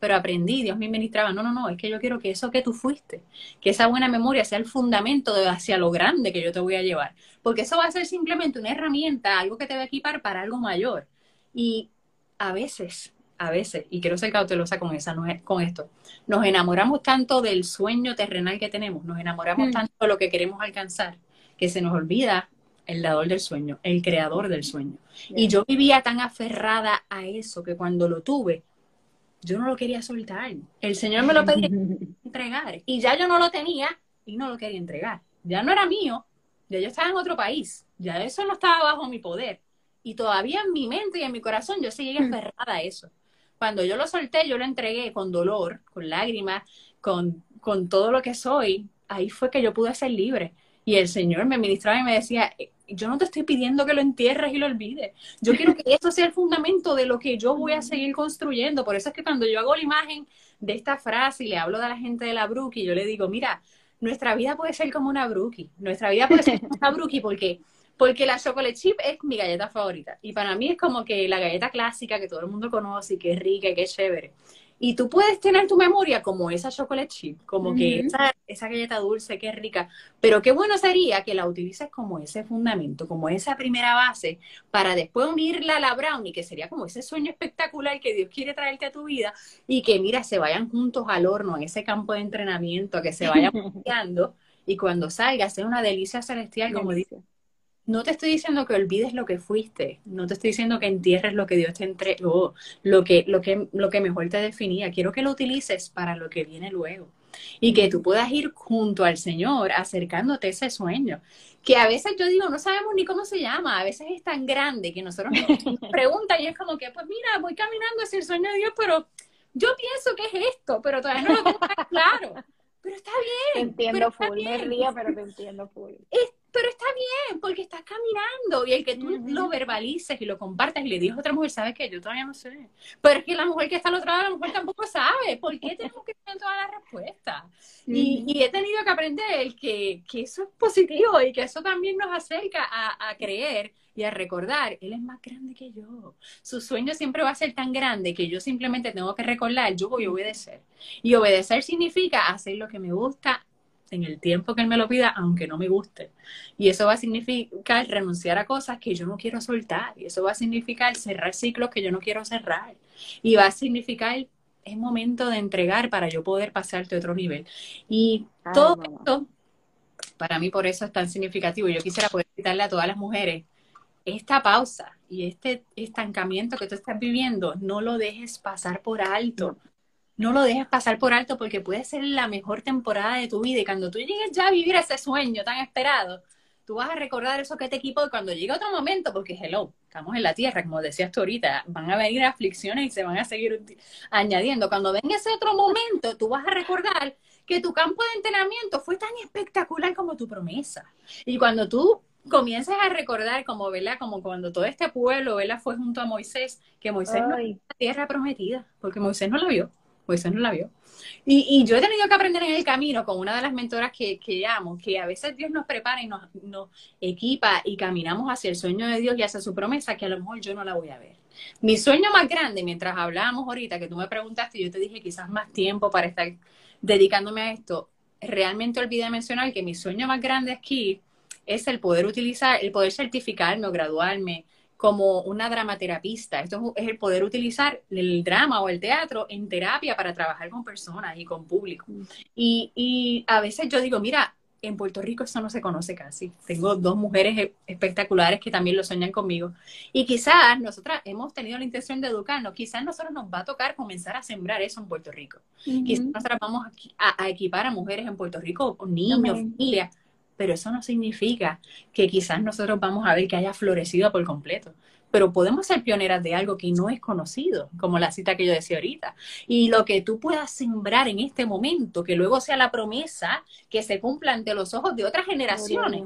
pero aprendí, Dios me ministraba, no, no, no, es que yo quiero que eso que tú fuiste, que esa buena memoria sea el fundamento de hacia lo grande que yo te voy a llevar, porque eso va a ser simplemente una herramienta, algo que te va a equipar para algo mayor. Y a veces, a veces, y quiero ser cautelosa con, esa, no es, con esto, nos enamoramos tanto del sueño terrenal que tenemos, nos enamoramos Mm. tanto de lo que queremos alcanzar, que se nos olvida el dador del sueño, el creador del sueño. Y yo vivía tan aferrada a eso que cuando lo tuve, yo no lo quería soltar. El Señor me lo pedía entregar y ya yo no lo tenía y no lo quería entregar. Ya no era mío, ya yo estaba en otro país, ya eso no estaba bajo mi poder. Y todavía en mi mente y en mi corazón yo seguía aferrada a eso. Cuando yo lo solté, yo lo entregué con dolor, con lágrimas, con, con todo lo que soy. Ahí fue que yo pude ser libre. Y el Señor me ministraba y me decía, yo no te estoy pidiendo que lo entierres y lo olvides. Yo quiero que esto sea el fundamento de lo que yo voy a seguir construyendo. Por eso es que cuando yo hago la imagen de esta frase y le hablo a la gente de la Brookie, yo le digo, mira, nuestra vida puede ser como una Brookie. Nuestra vida puede ser como una Brookie porque, porque la chocolate chip es mi galleta favorita. Y para mí es como que la galleta clásica que todo el mundo conoce y que es rica y que es chévere. Y tú puedes tener tu memoria como esa chocolate chip, como uh-huh. que esa, esa galleta dulce que es rica, pero qué bueno sería que la utilices como ese fundamento, como esa primera base, para después unirla a la brownie, que sería como ese sueño espectacular que Dios quiere traerte a tu vida, y que mira, se vayan juntos al horno, en ese campo de entrenamiento, que se vayan cambiando, y cuando salgas sea una delicia celestial, como dice. No te estoy diciendo que olvides lo que fuiste, no te estoy diciendo que entierres lo que Dios te entregó, lo que, lo que, lo que mejor te definía. Quiero que lo utilices para lo que viene luego y que tú puedas ir junto al Señor acercándote a ese sueño. Que a veces yo digo, no sabemos ni cómo se llama, a veces es tan grande que nosotros nos preguntan y es como que, pues mira, voy caminando hacia el sueño de Dios, pero yo pienso que es esto, pero todavía no lo tengo tan claro. Pero está bien. Te entiendo full, me río, pero te entiendo full. Es, pero está bien, porque estás caminando y el que tú uh-huh. lo verbalices y lo compartas y le digas a otra mujer, ¿sabes qué? Yo todavía no sé. Pero es que la mujer que está al otro lado, la mujer tampoco sabe. ¿Por qué tenemos que tener todas las respuestas? Uh-huh. Y, y he tenido que aprender que, que eso es positivo y que eso también nos acerca a, a creer y a recordar, Él es más grande que yo. Su sueño siempre va a ser tan grande que yo simplemente tengo que recordar, yo voy a obedecer. Y obedecer significa hacer lo que me gusta en el tiempo que Él me lo pida, aunque no me guste. Y eso va a significar renunciar a cosas que yo no quiero soltar. Y eso va a significar cerrar ciclos que yo no quiero cerrar. Y va a significar, es momento de entregar para yo poder pasarte a otro nivel. Y Ay, todo mamá. esto, para mí por eso es tan significativo. Yo quisiera poder citarle a todas las mujeres, esta pausa y este estancamiento que tú estás viviendo, no lo dejes pasar por alto. No lo dejes pasar por alto porque puede ser la mejor temporada de tu vida y cuando tú llegues ya a vivir ese sueño tan esperado, tú vas a recordar eso que te equipó y cuando llegue otro momento, porque hello, estamos en la tierra, como decías tú ahorita, van a venir aflicciones y se van a seguir añadiendo. Cuando venga ese otro momento, tú vas a recordar que tu campo de entrenamiento fue tan espectacular como tu promesa. Y cuando tú comienzas a recordar como, ¿verdad? Como cuando todo este pueblo, ¿verdad? Fue junto a Moisés, que Moisés Ay. no vio la tierra prometida, porque Moisés no la vio. Pues eso no la vio. Y, y yo he tenido que aprender en el camino con una de las mentoras que, que amo, que a veces Dios nos prepara y nos, nos equipa y caminamos hacia el sueño de Dios y hacia su promesa que a lo mejor yo no la voy a ver. Mi sueño más grande, mientras hablábamos ahorita, que tú me preguntaste y yo te dije quizás más tiempo para estar dedicándome a esto, realmente olvidé mencionar que mi sueño más grande aquí es el poder utilizar, el poder certificarme o graduarme como una dramaterapista. Esto es el poder utilizar el drama o el teatro en terapia para trabajar con personas y con público. Y, y a veces yo digo, mira, en Puerto Rico eso no se conoce casi. Tengo dos mujeres espectaculares que también lo sueñan conmigo. Y quizás nosotras hemos tenido la intención de educarnos. Quizás nosotros nos va a tocar comenzar a sembrar eso en Puerto Rico. Uh-huh. Quizás nosotras vamos a, a equipar a mujeres en Puerto Rico, o niños, uh-huh. familias. Pero eso no significa que quizás nosotros vamos a ver que haya florecido por completo. Pero podemos ser pioneras de algo que no es conocido, como la cita que yo decía ahorita. Y lo que tú puedas sembrar en este momento, que luego sea la promesa que se cumpla ante los ojos de otras generaciones,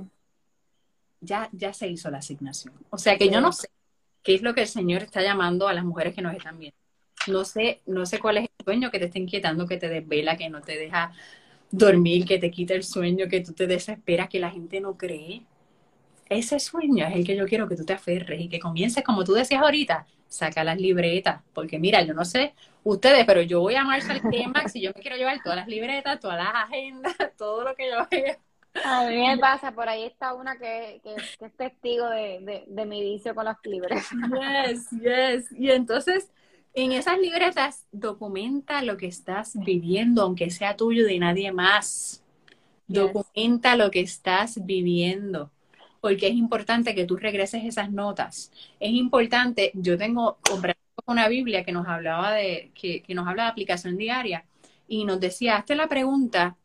ya, ya se hizo la asignación. O sea que yo no sé qué es lo que el Señor está llamando a las mujeres que nos están viendo. No sé, no sé cuál es el sueño que te está inquietando, que te desvela, que no te deja dormir, que te quita el sueño, que tú te desesperas, que la gente no cree. Ese sueño es el que yo quiero que tú te aferres y que comiences, como tú decías ahorita, saca las libretas, porque mira, yo no sé ustedes, pero yo voy a Marshall K-Max y yo me quiero llevar todas las libretas, todas las agendas, todo lo que yo vea. A mí me pasa, por ahí está una que, que, que es testigo de, de, de mi vicio con los libretas. Yes, yes. Y entonces, en esas libretas, documenta lo que estás viviendo, aunque sea tuyo y de nadie más. Yes. Documenta lo que estás viviendo, porque es importante que tú regreses esas notas. Es importante, yo tengo, compré una Biblia que nos hablaba de, que, que nos habla de aplicación diaria, y nos decía, hazte la pregunta,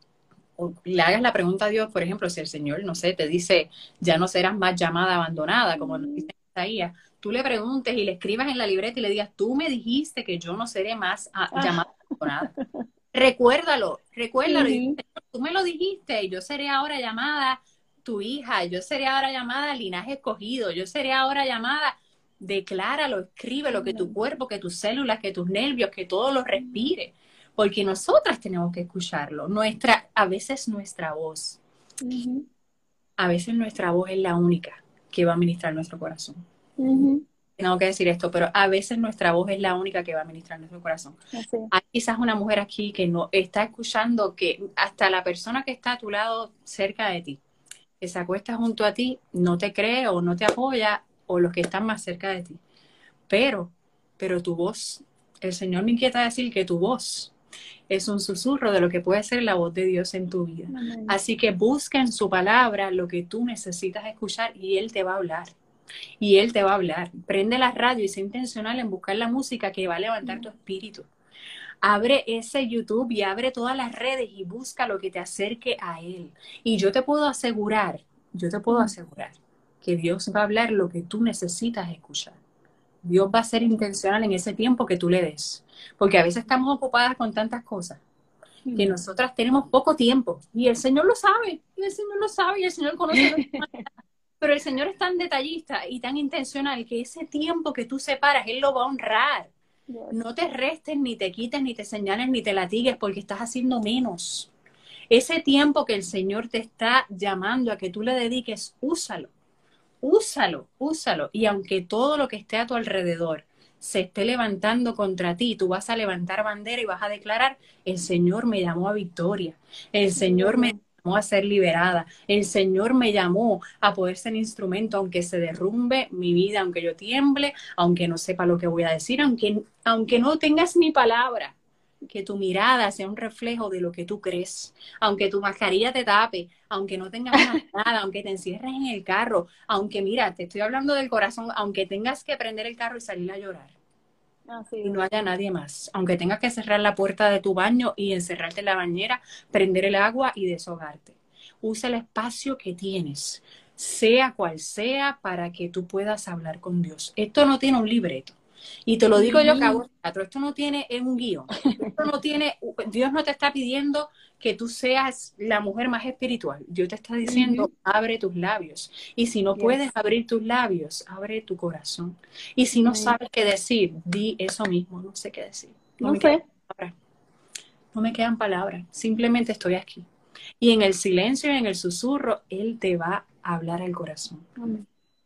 o le hagas la pregunta a Dios, por ejemplo, si el Señor, no sé, te dice, ya no serás más llamada abandonada, como nos dice Isaías, tú le preguntes y le escribas en la libreta y le digas, tú me dijiste que yo no seré más a, llamada abandonada. Recuérdalo, recuérdalo. Uh-huh. Tú me lo dijiste y yo seré ahora llamada tu hija, yo seré ahora llamada linaje escogido, yo seré ahora llamada, decláralo, escríbelo, que tu cuerpo, que tus células, que tus nervios, que todo lo respire. Porque nosotras tenemos que escucharlo. Nuestra, a veces nuestra voz, uh-huh. a veces nuestra voz es la única que va a ministrar nuestro corazón. Uh-huh. Tengo que decir esto, pero a veces nuestra voz es la única que va a ministrar nuestro corazón. Así. Hay quizás una mujer aquí que no está escuchando, que hasta la persona que está a tu lado, cerca de ti, que se acuesta junto a ti, no te cree o no te apoya, o los que están más cerca de ti. Pero, pero tu voz, el Señor me inquieta decir que tu voz es un susurro de lo que puede ser la voz de Dios en tu vida. Amén. Así que busca en su palabra lo que tú necesitas escuchar y Él te va a hablar. Y Él te va a hablar. Prende la radio y sé intencional en buscar la música que va a levantar tu espíritu. Abre ese YouTube y abre todas las redes y busca lo que te acerque a Él. Y yo te puedo asegurar, yo te puedo asegurar que Dios va a hablar lo que tú necesitas escuchar. Dios va a ser intencional en ese tiempo que tú le des. Porque a veces estamos ocupadas con tantas cosas que nosotras tenemos poco tiempo. Y el Señor lo sabe, y el Señor lo sabe, y el Señor conoce lo que pero el Señor es tan detallista y tan intencional que ese tiempo que tú separas, Él lo va a honrar. Yes. No te restes, ni te quites, ni te señales, ni te latigues porque estás haciendo menos. Ese tiempo que el Señor te está llamando a que tú le dediques, úsalo. Úsalo, úsalo. Y aunque todo lo que esté a tu alrededor se esté levantando contra ti, tú vas a levantar bandera y vas a declarar, el Señor me llamó a victoria. El Señor me a ser liberada. El Señor me llamó a poder ser instrumento, aunque se derrumbe mi vida, aunque yo tiemble, aunque no sepa lo que voy a decir, aunque, aunque no tengas mi palabra, que tu mirada sea un reflejo de lo que tú crees, aunque tu mascarilla te tape, aunque no tengas nada, aunque te encierres en el carro, aunque mira, te estoy hablando del corazón, aunque tengas que prender el carro y salir a llorar. Así y no haya nadie más, aunque tengas que cerrar la puerta de tu baño y encerrarte en la bañera, prender el agua y deshogarte. Usa el espacio que tienes, sea cual sea, para que tú puedas hablar con Dios. Esto no tiene un libreto. Y te lo digo yo que hago teatro, esto no tiene un guión. Esto no tiene, Dios no te está pidiendo que tú seas la mujer más espiritual. Dios te está diciendo, uh-huh. abre tus labios. Y si no yes. puedes abrir tus labios, abre tu corazón. Y si no uh-huh. sabes qué decir, di eso mismo, no sé qué decir. No, no me sé. Quedan no me quedan palabras, simplemente estoy aquí. Y en el silencio y en el susurro, Él te va a hablar al corazón. Uh-huh.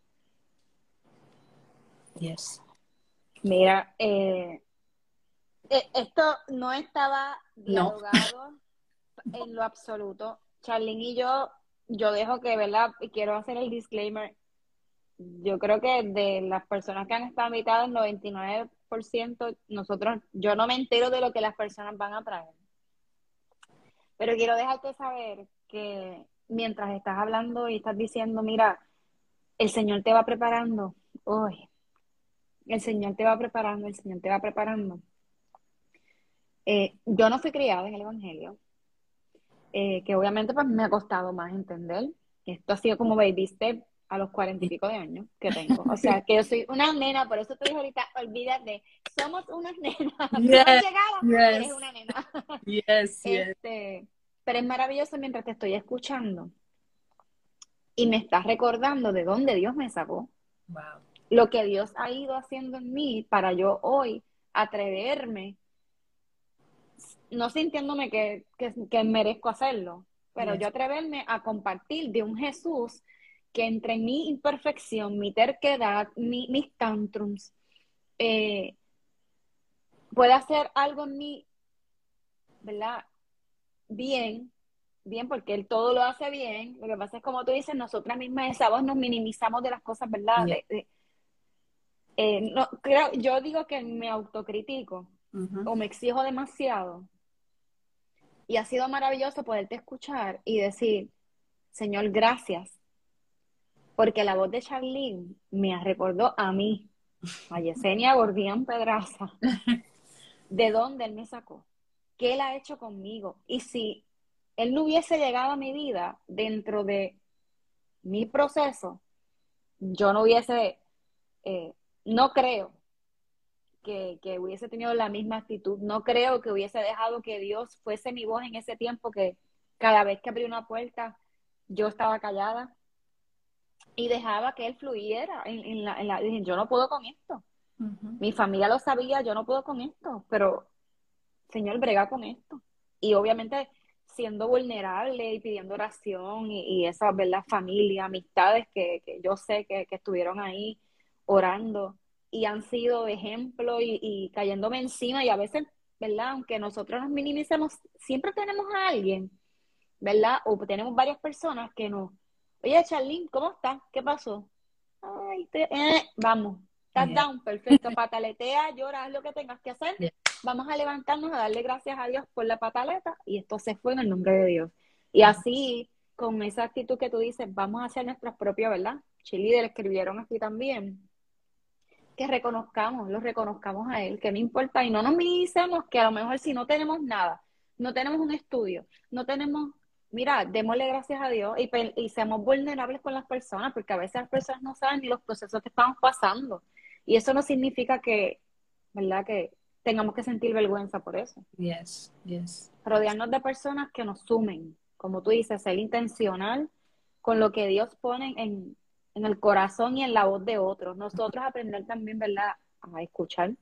Yes. Mira, eh, esto no estaba dialogado no. en lo absoluto. Charlene y yo, yo dejo que, ¿verdad? Y quiero hacer el disclaimer. Yo creo que de las personas que han estado invitadas, el noventa y nueve por ciento, nosotros, yo no me entero de lo que las personas van a traer. Pero quiero dejarte saber que mientras estás hablando y estás diciendo, mira, el Señor te va preparando hoy. El Señor te va preparando, el Señor te va preparando. Eh, yo no fui criada en el Evangelio, eh, que obviamente pues me ha costado más entender. Esto ha sido como baby step a los cuarenta y pico de años que tengo. O sea, que yo soy una nena, por eso te dije ahorita, olvídate, somos unas nenas. Yes, no llegado, yes. Eres una nena. Yes, yes. Este, pero es maravilloso mientras te estoy escuchando y me estás recordando de dónde Dios me sacó. Wow. Lo que Dios ha ido haciendo en mí para yo hoy atreverme, no sintiéndome que, que, que merezco hacerlo, pero yes. yo atreverme a compartir de un Jesús que entre mi imperfección, mi terquedad, mi, mis tantrums, eh, puede hacer algo en mí, ¿verdad? Bien, bien, porque él todo lo hace bien. Lo que pasa es, como tú dices, nosotras mismas esa voz nos minimizamos de las cosas, ¿verdad? Yeah. De, de, eh, no, creo, yo digo que me autocritico Uh-huh. o me exijo demasiado. Y ha sido maravilloso poderte escuchar y decir, Señor, gracias, porque la voz de Charlene me recordó a mí, a Yesenia Gordián Pedraza, de dónde él me sacó, qué él ha hecho conmigo. Y si él no hubiese llegado a mi vida dentro de mi proceso, yo no hubiese, eh, no creo que, que hubiese tenido la misma actitud, no creo que hubiese dejado que Dios fuese mi voz en ese tiempo, que cada vez que abrí una puerta, yo estaba callada y dejaba que él fluyera en, en la, en la, dije, yo no puedo con esto. Uh-huh. Mi familia lo sabía, yo no puedo con esto, pero Señor, brega con esto. Y obviamente siendo vulnerable y pidiendo oración y, y esas, ¿verdad? Familia, amistades que, que yo sé que, que estuvieron ahí orando y han sido ejemplo y, y cayéndome encima y a veces, ¿verdad? Aunque nosotros nos minimicemos, siempre tenemos a alguien, ¿verdad? O tenemos varias personas que nos, oye, Charlene, ¿cómo estás? ¿Qué pasó? Ay, te, eh, vamos, estás Yeah. down, perfecto, pataletea, llora, haz lo que tengas que hacer. Yeah. Vamos a levantarnos a darle gracias a Dios por la pataleta y esto se fue en el nombre de Dios. Y así, con esa actitud que tú dices, vamos a hacer nuestras propias, ¿verdad? Cheerleader escribieron aquí también, que reconozcamos, lo reconozcamos a Él, que no importa, y no nos minimicemos que a lo mejor si no tenemos nada, no tenemos un estudio, no tenemos, mira, démosle gracias a Dios y, y seamos vulnerables con las personas, porque a veces las personas no saben ni los procesos que estamos pasando. Y eso no significa que, ¿verdad? Que tengamos que sentir vergüenza por eso. Yes, yes. Rodearnos de personas que nos sumen, como tú dices, ser intencional con lo que Dios pone en, en el corazón y en la voz de otros. Nosotros aprender también, ¿verdad?, a escuchar.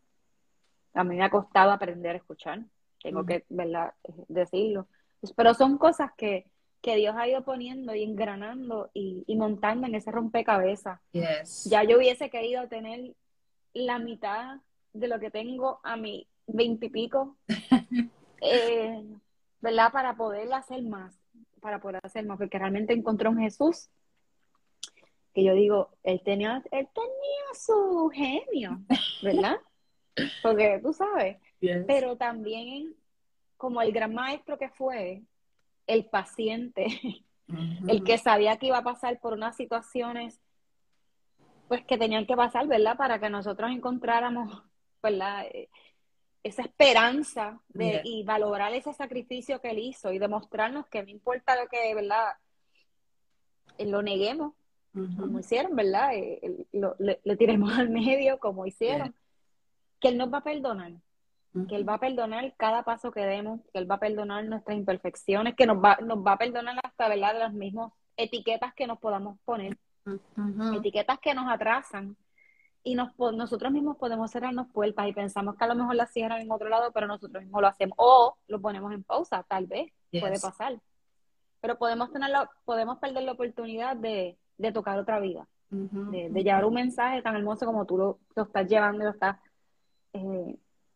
A mí me ha costado aprender a escuchar, tengo uh-huh. que, ¿verdad?, decirlo. Pero son cosas que, que Dios ha ido poniendo y engranando y, y montando en ese rompecabezas. Yes. Ya yo hubiese querido tener la mitad de lo que tengo a mi veintipico, eh, ¿verdad? Para poder hacer más, para poder hacer más, porque realmente encontré un Jesús que yo digo, él tenía, él tenía su genio, ¿verdad? Porque tú sabes, Yes. pero también como el gran maestro que fue, el paciente, uh-huh. el que sabía que iba a pasar por unas situaciones pues que tenían que pasar, ¿verdad? Para que nosotros encontráramos, ¿verdad?, esa esperanza de, yeah. y valorar ese sacrificio que él hizo y demostrarnos que no importa lo que, ¿verdad?, lo neguemos, uh-huh. como hicieron, ¿verdad? Eh, lo, le, le tiremos al medio, como hicieron, yeah. que él nos va a perdonar, uh-huh. que él va a perdonar cada paso que demos, que él va a perdonar nuestras imperfecciones, que nos va, nos va a perdonar hasta, ¿verdad?, de las mismas etiquetas que nos podamos poner. Uh-huh. Etiquetas que nos atrasan y nos, nosotros mismos podemos cerrarnos puertas y pensamos que a lo mejor las cierran en otro lado, pero nosotros mismos lo hacemos o lo ponemos en pausa, tal vez, yes. puede pasar, pero podemos tener la, podemos perder la oportunidad de, de tocar otra vida, uh-huh. de, de llevar un mensaje tan hermoso como tú lo, lo estás llevando y lo estás eh,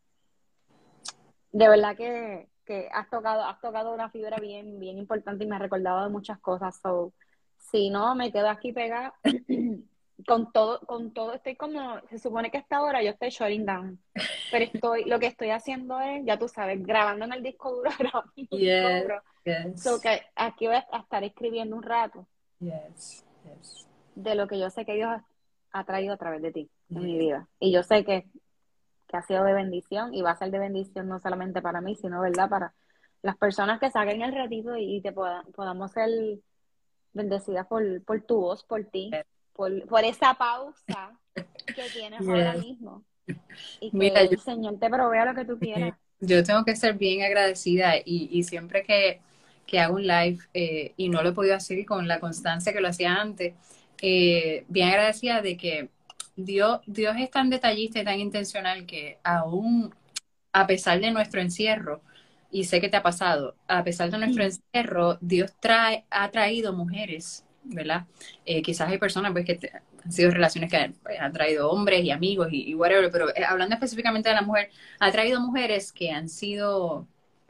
de verdad que, que has tocado has tocado una fibra bien, bien importante y me ha recordado de muchas cosas. So, si no, me quedo aquí pegada con todo, con todo, estoy como, se supone que a esta hora yo estoy shutting down, pero estoy, lo que estoy haciendo es, ya tú sabes, grabando en el disco duro, grabando en el yes, disco duro. Yes. So que aquí voy a estar escribiendo un rato yes, yes. de lo que yo sé que Dios ha, ha traído a través de ti, yes. en mi vida. Y yo sé que, que ha sido de bendición y va a ser de bendición no solamente para mí, sino, ¿verdad?, para las personas que saquen el ratito y, y te pueda, podamos ser bendecida por, por tu voz, por ti, por, por esa pausa que tienes yes. ahora mismo. Y que Mira, el yo, Señor te provea lo que tú quieras. Yo tengo que ser bien agradecida y, y siempre que, que hago un live, eh, y no lo he podido hacer con la constancia que lo hacía antes, eh, bien agradecida de que Dios, Dios es tan detallista y tan intencional que aún a pesar de nuestro encierro, y sé que te ha pasado, a pesar de nuestro encierro, Dios trae, ha traído mujeres, ¿verdad? Eh, quizás hay personas pues, que te, han sido relaciones que han, pues, han traído hombres y amigos y, y whatever, pero eh, hablando específicamente de la mujer, ha traído mujeres que han sido,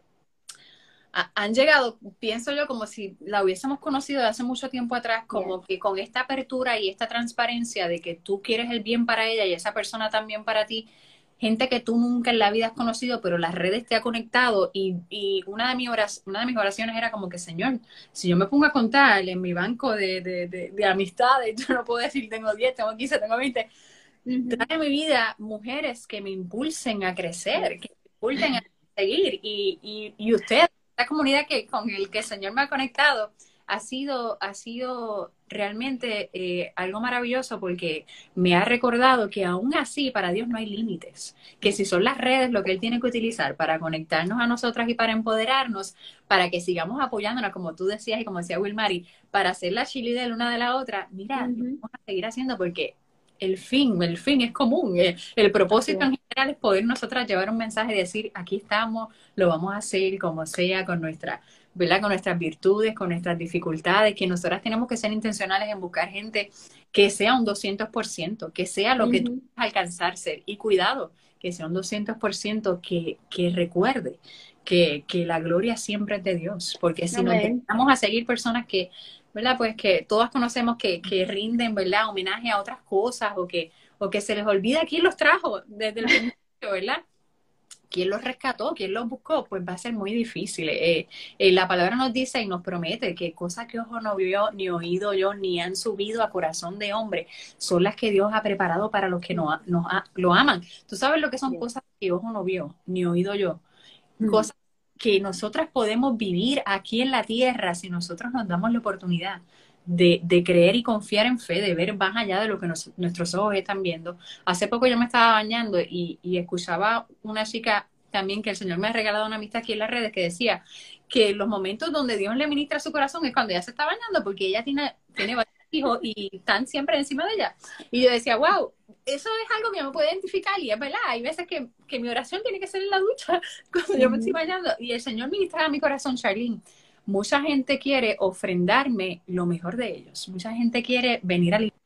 ha, han llegado, pienso yo, como si la hubiésemos conocido de hace mucho tiempo atrás, como Yes. que con esta apertura y esta transparencia de que tú quieres el bien para ella y esa persona también para ti, gente que tú nunca en la vida has conocido, pero las redes te ha conectado y, y una, de mis oras, una de mis oraciones era como que, Señor, si yo me pongo a contar en mi banco de, de, de, de amistades, yo no puedo decir tengo diez, tengo quince, tengo veinte, Ujú. trae a mi vida mujeres que me impulsen a crecer, Yes. que me impulsen a seguir y, y, y usted, la comunidad que, con el que el Señor me ha conectado, ha sido, ha sido realmente eh, algo maravilloso porque me ha recordado que aún así para Dios no hay límites, que si son las redes lo que Él tiene que utilizar para conectarnos a nosotras y para empoderarnos, para que sigamos apoyándonos, como tú decías y como decía Wilmary, para hacer la cheerleader una de la otra, mira, lo Ujú. vamos a seguir haciendo porque el fin, el fin es común, el, el propósito Así en es. general es poder nosotras llevar un mensaje y decir, aquí estamos, lo vamos a hacer como sea, con nuestra, ¿verdad? Con nuestras virtudes, con nuestras dificultades, que nosotras tenemos que ser intencionales en buscar gente que sea un doscientos por ciento, que sea lo que tú Ujú. vas a alcanzar ser. Y cuidado, que sea un doscientos por ciento que, que recuerde que, que la gloria siempre es de Dios, porque si nos Amén. dedicamos a seguir personas que, ¿verdad? Pues que todas conocemos que, que rinden, ¿verdad? Homenaje a otras cosas o que, o que se les olvida quién los trajo desde el principio, ¿verdad? ¿Quién los rescató? ¿Quién los buscó? Pues va a ser muy difícil. Eh, eh, la palabra nos dice y nos promete que cosas que ojo no vio, ni oído yo, ni han subido a corazón de hombre, son las que Dios ha preparado para los que no, nos ha- lo aman. ¿Tú sabes lo que son Yes. cosas que ojo no vio, ni oído yo? Mm. Cosas que nosotras podemos vivir aquí en la tierra si nosotros nos damos la oportunidad de, de creer y confiar en fe, de ver más allá de lo que nos, nuestros ojos están viendo. Hace poco yo me estaba bañando y, y escuchaba una chica también que el Señor me ha regalado una amistad aquí en las redes que decía que los momentos donde Dios le ministra su corazón es cuando ella se está bañando porque ella tiene, tiene varios hijos y están siempre encima de ella. Y yo decía, wow, eso es algo que yo me puedo identificar y es verdad, hay veces que, que mi oración tiene que ser en la ducha cuando yo me estoy Ujú. bañando y el Señor ministra a mi corazón, Charlene. Mucha gente quiere ofrendarme lo mejor de ellos. Mucha gente quiere venir al...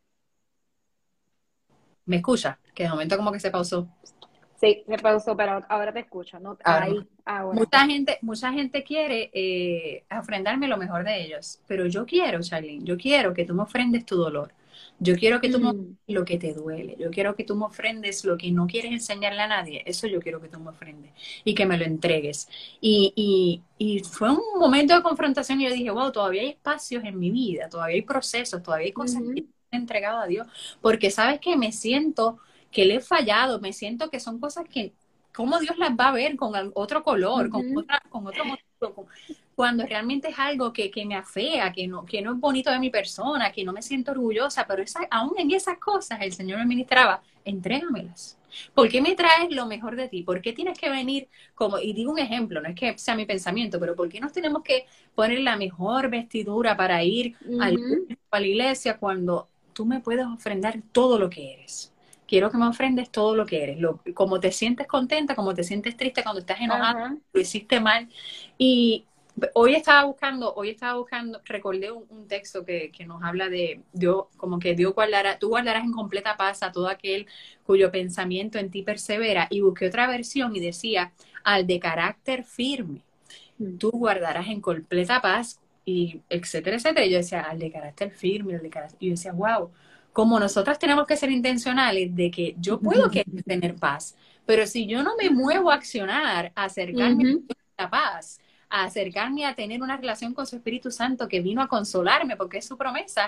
¿Me escucha? Que de momento como que se pausó. Sí, se pausó, pero ahora te escucho, ¿no? Ahora no. Ahí, ahora. Mucha gente, mucha gente quiere eh, ofrendarme lo mejor de ellos, pero yo quiero, Charlene, yo quiero que tú me ofrendes tu dolor. Yo quiero que tú me ofrendes Mm. lo que te duele. Yo quiero que tú me ofrendes lo que no quieres enseñarle a nadie. Eso yo quiero que tú me ofrendes y que me lo entregues. Y, y, y fue un momento de confrontación y yo dije, wow, todavía hay espacios en mi vida, todavía hay procesos, todavía hay cosas que Ujú. he entregado a Dios, porque sabes que me siento que le he fallado, me siento que son cosas que cómo Dios las va a ver con otro color, con, Ujú. otra, con otro motivo, con, cuando realmente es algo que, que me afea, que no, que no es bonito de mi persona, que no me siento orgullosa, pero esa, aún en esas cosas el Señor me ministraba, entrégamelas. ¿Por qué me traes lo mejor de ti? ¿Por qué tienes que venir como, y digo un ejemplo, no es que sea mi pensamiento, pero ¿por qué nos tenemos que poner la mejor vestidura para ir al, Ujú. a la iglesia cuando tú me puedes ofrendar todo lo que eres? Quiero que me ofrendes todo lo que eres, lo, como te sientes contenta, como te sientes triste cuando estás enojada, Ajá. lo hiciste mal. Y hoy estaba buscando, hoy estaba buscando, recordé un, un texto que, que nos habla de Dios, como que Dios guardará, tú guardarás en completa paz a todo aquel cuyo pensamiento en ti persevera. Y busqué otra versión y decía, al de carácter firme, Mm. tú guardarás en completa paz, y etcétera, etcétera. Y yo decía, al de carácter firme, al de carácter. Y yo decía, wow, como nosotras tenemos que ser intencionales de que yo puedo querer tener paz, pero si yo no me muevo a accionar, a acercarme Ujú. a la paz, a acercarme a tener una relación con su Espíritu Santo que vino a consolarme porque es su promesa,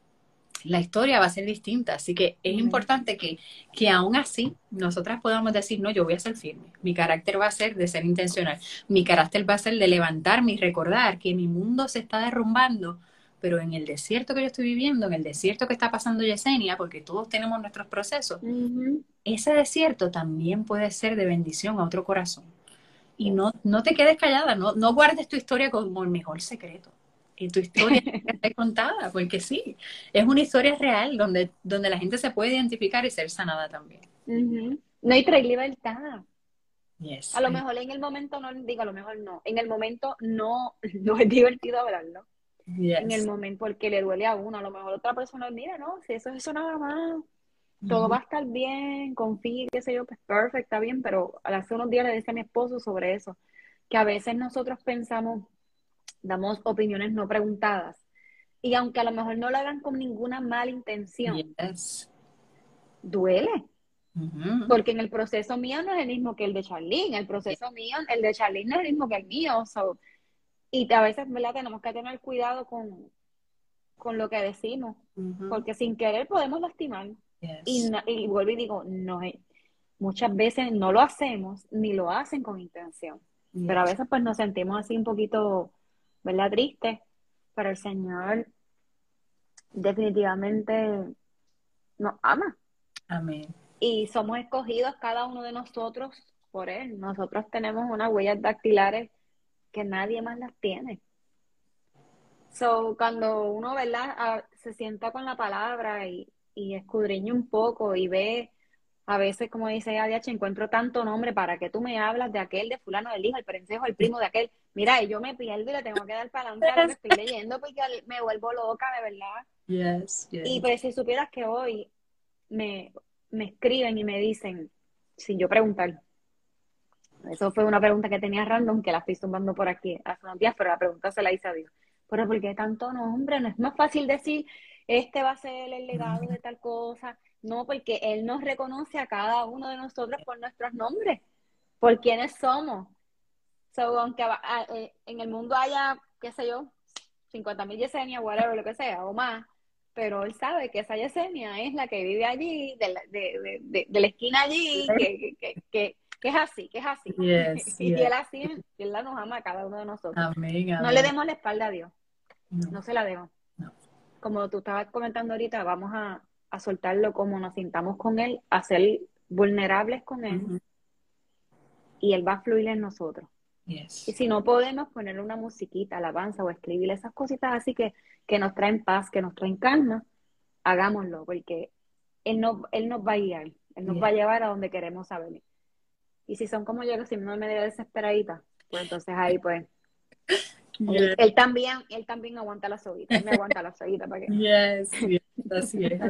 la historia va a ser distinta. Así que es Amén. importante que, que aún así nosotras podamos decir, no, yo voy a ser firme. Mi carácter va a ser de ser intencional. Mi carácter va a ser de levantarme y recordar que mi mundo se está derrumbando, pero en el desierto que yo estoy viviendo, en el desierto que está pasando Yesenia, porque todos tenemos nuestros procesos, Ujú. ese desierto también puede ser de bendición a otro corazón. Y Yes. no, no te quedes callada, no, no guardes tu historia como el mejor secreto. Y tu historia está contada, porque sí, es una historia real donde, donde la gente se puede identificar y ser sanada también. Ujú. No, y trae libertad. Yes. A lo mejor en el momento no, digo, a lo mejor no. En el momento no, no es divertido hablarlo. en el Yes. momento, porque le duele a uno. A lo mejor otra persona, mira, no, si eso es eso nada más, todo va a estar bien, confía, qué sé yo, pues perfecto, está bien, pero hace unos días le decía a mi esposo sobre eso, que a veces nosotros pensamos, damos opiniones no preguntadas, y aunque a lo mejor no lo hagan con ninguna mala intención, Yes. duele, Ujú. porque en el proceso mío no es el mismo que el de Charlene, el proceso mío, el de Charlene no es el mismo que el mío, so, y a veces, ¿verdad? Tenemos que tener cuidado con, con lo que decimos, Ujú. porque sin querer podemos lastimar. Y, Yes. na- y vuelvo y digo, no, eh, muchas veces no lo hacemos ni lo hacen con intención, pero a Yes. veces pues nos sentimos así un poquito, ¿verdad? Tristes, pero el Señor definitivamente nos ama Amén. y somos escogidos cada uno de nosotros por Él. Nosotros tenemos unas huellas dactilares que nadie más las tiene. So, cuando uno, ¿verdad? Ah, se sienta con la palabra y, y escudriña un poco y ve, a veces, como dice A D H, encuentro tanto nombre para que tú me hablas de aquel, de fulano, del hijo, el parencejo, el primo de aquel. Mira, y yo me pierdo y le tengo que dar para adelante a lo que Yes. estoy leyendo porque me vuelvo loca, de verdad. Yes. Y Yes. pues si supieras que hoy me, me escriben y me dicen, sin yo preguntar, eso fue una pregunta que tenía random, que la estoy sumando por aquí hace unos días, pero la pregunta se la hice a Dios. Pero ¿por qué tanto nombre? No es más fácil decir, este va a ser el legado de tal cosa. No, porque Él nos reconoce a cada uno de nosotros por nuestros nombres, por quienes somos. So, aunque a- a- eh, en el mundo haya, qué sé yo, cincuenta mil Yesenia, whatever, lo que sea, o más, pero Él sabe que esa Yesenia es la que vive allí, de la, de, de, de, de la esquina allí, que, que, que, que es así, que es así. Yes. Y Yes. Él así, Él la nos ama a cada uno de nosotros. Amén. No le Amén. demos la espalda a Dios, No. no se la demos. No. Como tú estabas comentando ahorita, vamos a, a soltarlo como nos sintamos con Él, a ser vulnerables con Él, Ujú. y Él va a fluir en nosotros. Y Yes. si no podemos ponerle una musiquita, alabanza o escribir esas cositas así que, que nos traen paz, que nos traen calma, hagámoslo, porque Él, no, él nos va a guiar, Él nos Yes. va a llevar a donde queremos saber. Y si son como yo, que si no me da desesperadita, pues entonces ahí pues, él, Yes. él también, él también aguanta la soguita, él me aguanta la soguita para que. Yes. Yes. Así es.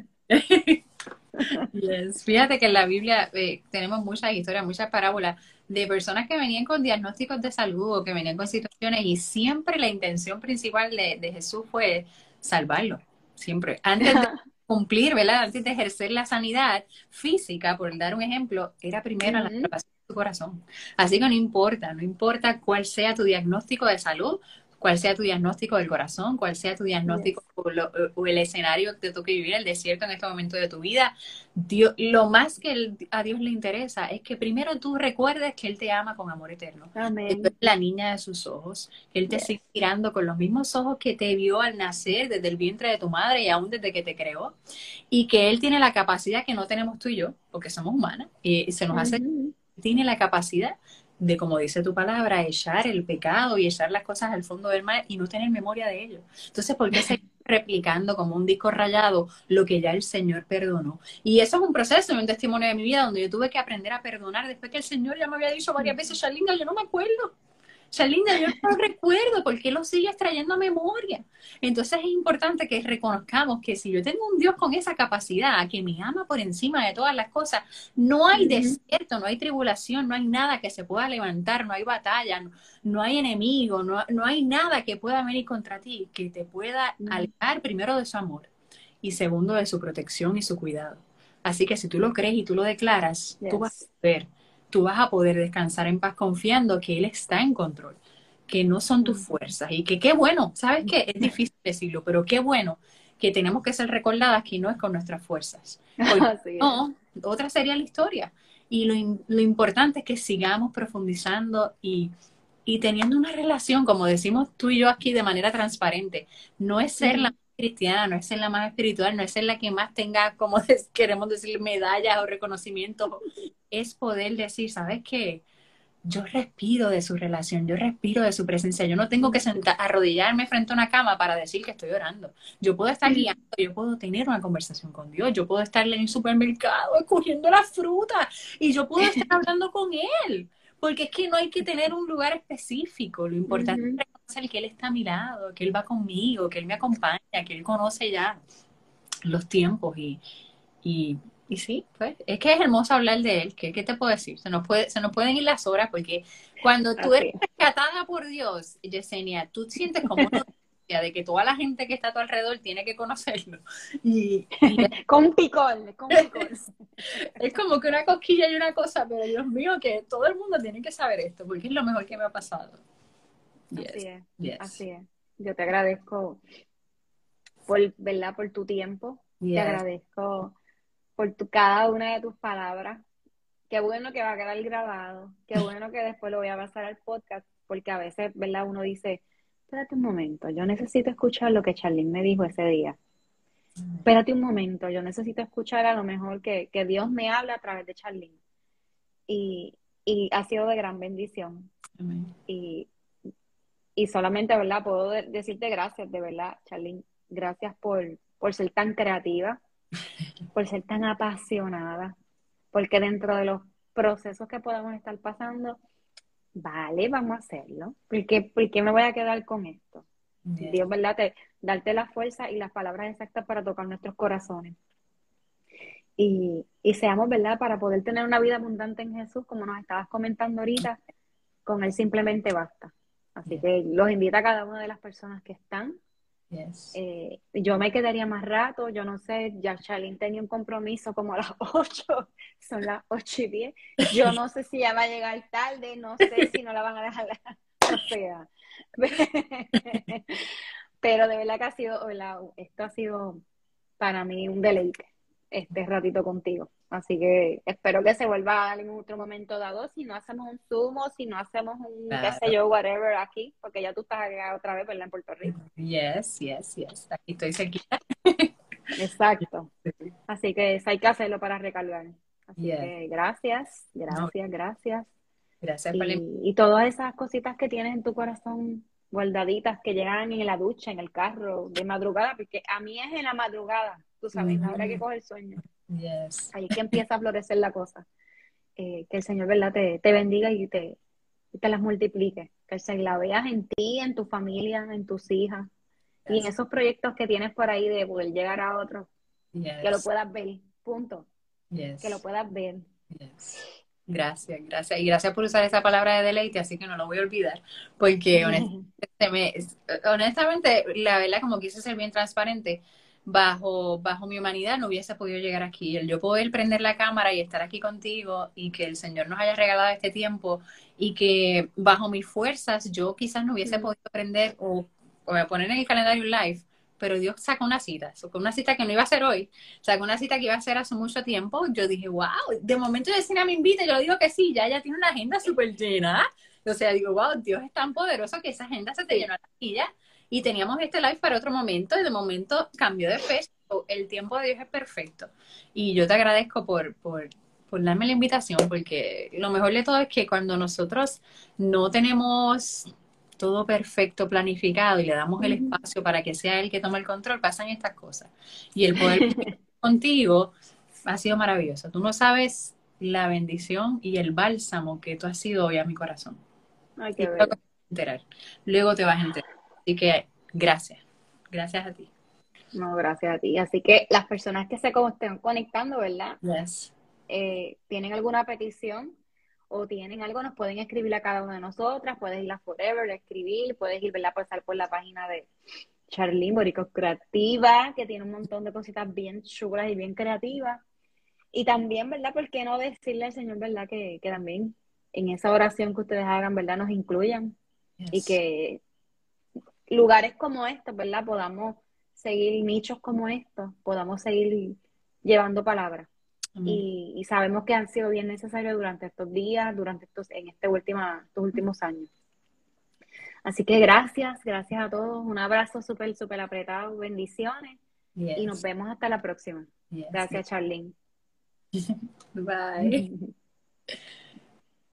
Yes. Fíjate que en la Biblia eh, tenemos muchas historias, muchas parábolas de personas que venían con diagnósticos de salud o que venían con situaciones y siempre la intención principal de, de Jesús fue salvarlo. Siempre. Antes de cumplir, ¿verdad? Antes de ejercer la sanidad física, por dar un ejemplo, era primero la Ujú. salvación de tu corazón. Así que no importa, no importa cuál sea tu diagnóstico de salud, cuál sea tu diagnóstico del corazón, cuál sea tu diagnóstico Yes. o, lo, o el escenario que te toque vivir, el desierto en este momento de tu vida. Dios, lo más que el, a Dios le interesa es que primero tú recuerdes que Él te ama con amor eterno, que tú Amén. eres la niña de sus ojos, que Él te Yes. sigue mirando con los mismos ojos que te vio al nacer desde el vientre de tu madre y aún desde que te creó, y que Él tiene la capacidad que no tenemos tú y yo, porque somos humanas, y se nos hace, Ujú. tiene la capacidad de, como dice tu palabra, echar el pecado y echar las cosas al fondo del mar y no tener memoria de ello. Entonces, ¿por qué seguir replicando como un disco rayado lo que ya el Señor perdonó? Y eso es un proceso, un testimonio de mi vida donde yo tuve que aprender a perdonar después que el Señor ya me había dicho varias veces, Shalinga, yo no me acuerdo. Shalinda, yo no lo recuerdo, ¿por qué lo sigues trayendo a memoria? Entonces es importante que reconozcamos que si yo tengo un Dios con esa capacidad, que me ama por encima de todas las cosas, no hay Ujú. desierto, no hay tribulación, no hay nada que se pueda levantar, no hay batalla, no, no hay enemigo, no, no hay nada que pueda venir contra ti que te pueda Ujú. alejar primero de su amor y segundo de su protección y su cuidado. Así que si tú lo crees y tú lo declaras, tú vas Yes. a ver, tú vas a poder descansar en paz confiando que Él está en control, que no son tus Ujú. fuerzas y que qué bueno, ¿sabes qué? Es difícil decirlo, pero qué bueno que tenemos que ser recordadas que no es con nuestras fuerzas, porque Así es. no, otra sería la historia. Y lo, im- lo importante es que sigamos profundizando y, y teniendo una relación, como decimos tú y yo aquí de manera transparente. No es ser la Ujú. más cristiana, no es ser la más espiritual, no es ser la que más tenga, como des- queremos decir, medallas o reconocimientos. Es poder decir, ¿sabes qué? Yo respiro de su relación, yo respiro de su presencia. Yo no tengo que sentar, arrodillarme frente a una cama para decir que estoy orando. Yo puedo estar guiando, yo puedo tener una conversación con Dios, yo puedo estar en el supermercado escogiendo la fruta y yo puedo estar hablando con Él. Porque es que no hay que tener un lugar específico. Lo importante Ujú. es reconocer que Él está a mi lado, que Él va conmigo, que Él me acompaña, que Él conoce ya los tiempos y, y, y sí, pues es que es hermoso hablar de Él. ¿Qué, qué te puedo decir? Se nos, puede, se nos pueden ir las horas porque cuando tú eres Así es. rescatada por Dios, Yesenia, tú sientes como una urgencia de que toda la gente que está a tu alrededor tiene que conocerlo. Y, y Con un picor, con un picor. es como que una cosquilla y una cosa, pero Dios mío, que todo el mundo tiene que saber esto, porque es lo mejor que me ha pasado. Así Yes, es, yes, así es. Yo te agradezco por, ¿verdad? Por tu tiempo. Te yes. agradezco por tu, cada una de tus palabras. Qué bueno que va a quedar grabado. Qué bueno que después lo voy a pasar al podcast, porque a veces, ¿verdad? Uno dice, espérate un momento, yo necesito escuchar lo que Charlene me dijo ese día. Espérate un momento, yo necesito escuchar a lo mejor que, que Dios me habla a través de Charlene. Y, y ha sido de gran bendición. Amén. Y, y solamente, ¿verdad? Puedo de- decirte gracias, de verdad, Charlene. Gracias por, por ser tan creativa, por ser tan apasionada, porque dentro de los procesos que podemos estar pasando, vale, vamos a hacerlo. ¿Por qué, por qué me voy a quedar con esto? Yes. Dios, ¿verdad? Te, darte la fuerza y las palabras exactas para tocar nuestros corazones. Y, y seamos, ¿verdad? Para poder tener una vida abundante en Jesús, como nos estabas comentando ahorita, con Él simplemente basta. Así Yes. que los invito a cada una de las personas que están. Yes. Eh, yo me quedaría más rato, yo no sé, ya Charlene tenía un compromiso como a las ocho, son las ocho y diez. Yo no sé si ella va a llegar tarde, no sé si no la van a dejar, o sea. Pero de verdad que ha sido, ¿verdad? Esto ha sido para mí un deleite, este ratito contigo. Así que espero que se vuelva a dar en otro momento dado, si no hacemos un Zoom o si no hacemos un, qué sé Claro. yo, whatever aquí, porque ya tú estás acá otra vez, ¿verdad? En Puerto Rico. Yes, yes, yes. Aquí estoy cerquita. Exacto. Así que eso hay que hacerlo para recargar. Así Yes. que gracias, No, gracias, gracias. gracias por la Y, y todas esas cositas que tienes en tu corazón guardaditas que llegan en la ducha, en el carro, de madrugada, porque a mí es en la madrugada, tú sabes, en la hora que invitación. coge el sueño. Yes. Ahí es que empieza a florecer la cosa. Eh, que el Señor, ¿verdad? Te, te bendiga y te, y te las multiplique. Que el Señor la veas en ti, en tu familia, en tus hijas y en Gracias. esos proyectos que tienes por ahí de poder llegar a otros, que lo Yes. puedas ver, punto. Que lo Yes. puedas ver. Yes. Gracias, gracias. Y gracias por usar esa palabra de deleite, así que no lo voy a olvidar, porque honestamente, me, honestamente, la verdad, como quise ser bien transparente, bajo, bajo mi humanidad no hubiese podido llegar aquí. El yo poder prender la cámara y estar aquí contigo y que el Señor nos haya regalado este tiempo y que bajo mis fuerzas yo quizás no hubiese podido prender o, o poner en el calendario un live, pero Dios sacó una cita, sacó una cita que no iba a ser hoy, sacó una cita que iba a ser hace mucho tiempo. Yo dije, wow, de momento Yesenia me invita, yo le digo que sí, ya ella tiene una agenda súper llena. O sea, digo, wow, Dios es tan poderoso que esa agenda se te Sí. llenó a la silla y teníamos este live para otro momento y de momento cambió de fecha. El tiempo de Dios es perfecto. Y yo te agradezco por, por, por darme la invitación, porque lo mejor de todo es que cuando nosotros no tenemos todo perfecto, planificado y le damos el Ujú. espacio para que sea él que tome el control, pasan estas cosas. Y el poder contigo ha sido maravilloso. Tú no sabes la bendición y el bálsamo que tú has sido hoy a mi corazón. Ay, Y qué luego te bello. vas a enterar. Luego te vas a enterar. Así que gracias. Gracias a ti. No, gracias a ti. Así que las personas que se co- estén conectando, ¿verdad? Yes. Eh, ¿tienen alguna petición o tienen algo? Nos pueden escribir a cada una de nosotras. Puedes ir a Forever, escribir. Puedes ir, ¿verdad? Pasar por la página de Charlene Boricua Creativa, que tiene un montón de cositas bien chulas y bien creativas. Y también, ¿verdad? ¿Por qué no decirle al Señor, ¿verdad? Que, que también en esa oración que ustedes hagan, ¿verdad? Nos incluyan y Yes. que lugares como estos, ¿verdad? Podamos seguir nichos como estos, podamos seguir llevando palabras. Amén. Y, y sabemos que han sido bien necesarios durante estos días, durante estos, en este última, estos últimos años. Así que gracias, gracias a todos. Un abrazo súper, súper apretado. Bendiciones. Y nos Yes. vemos hasta la próxima. Yes. Gracias, Charlene. Bye.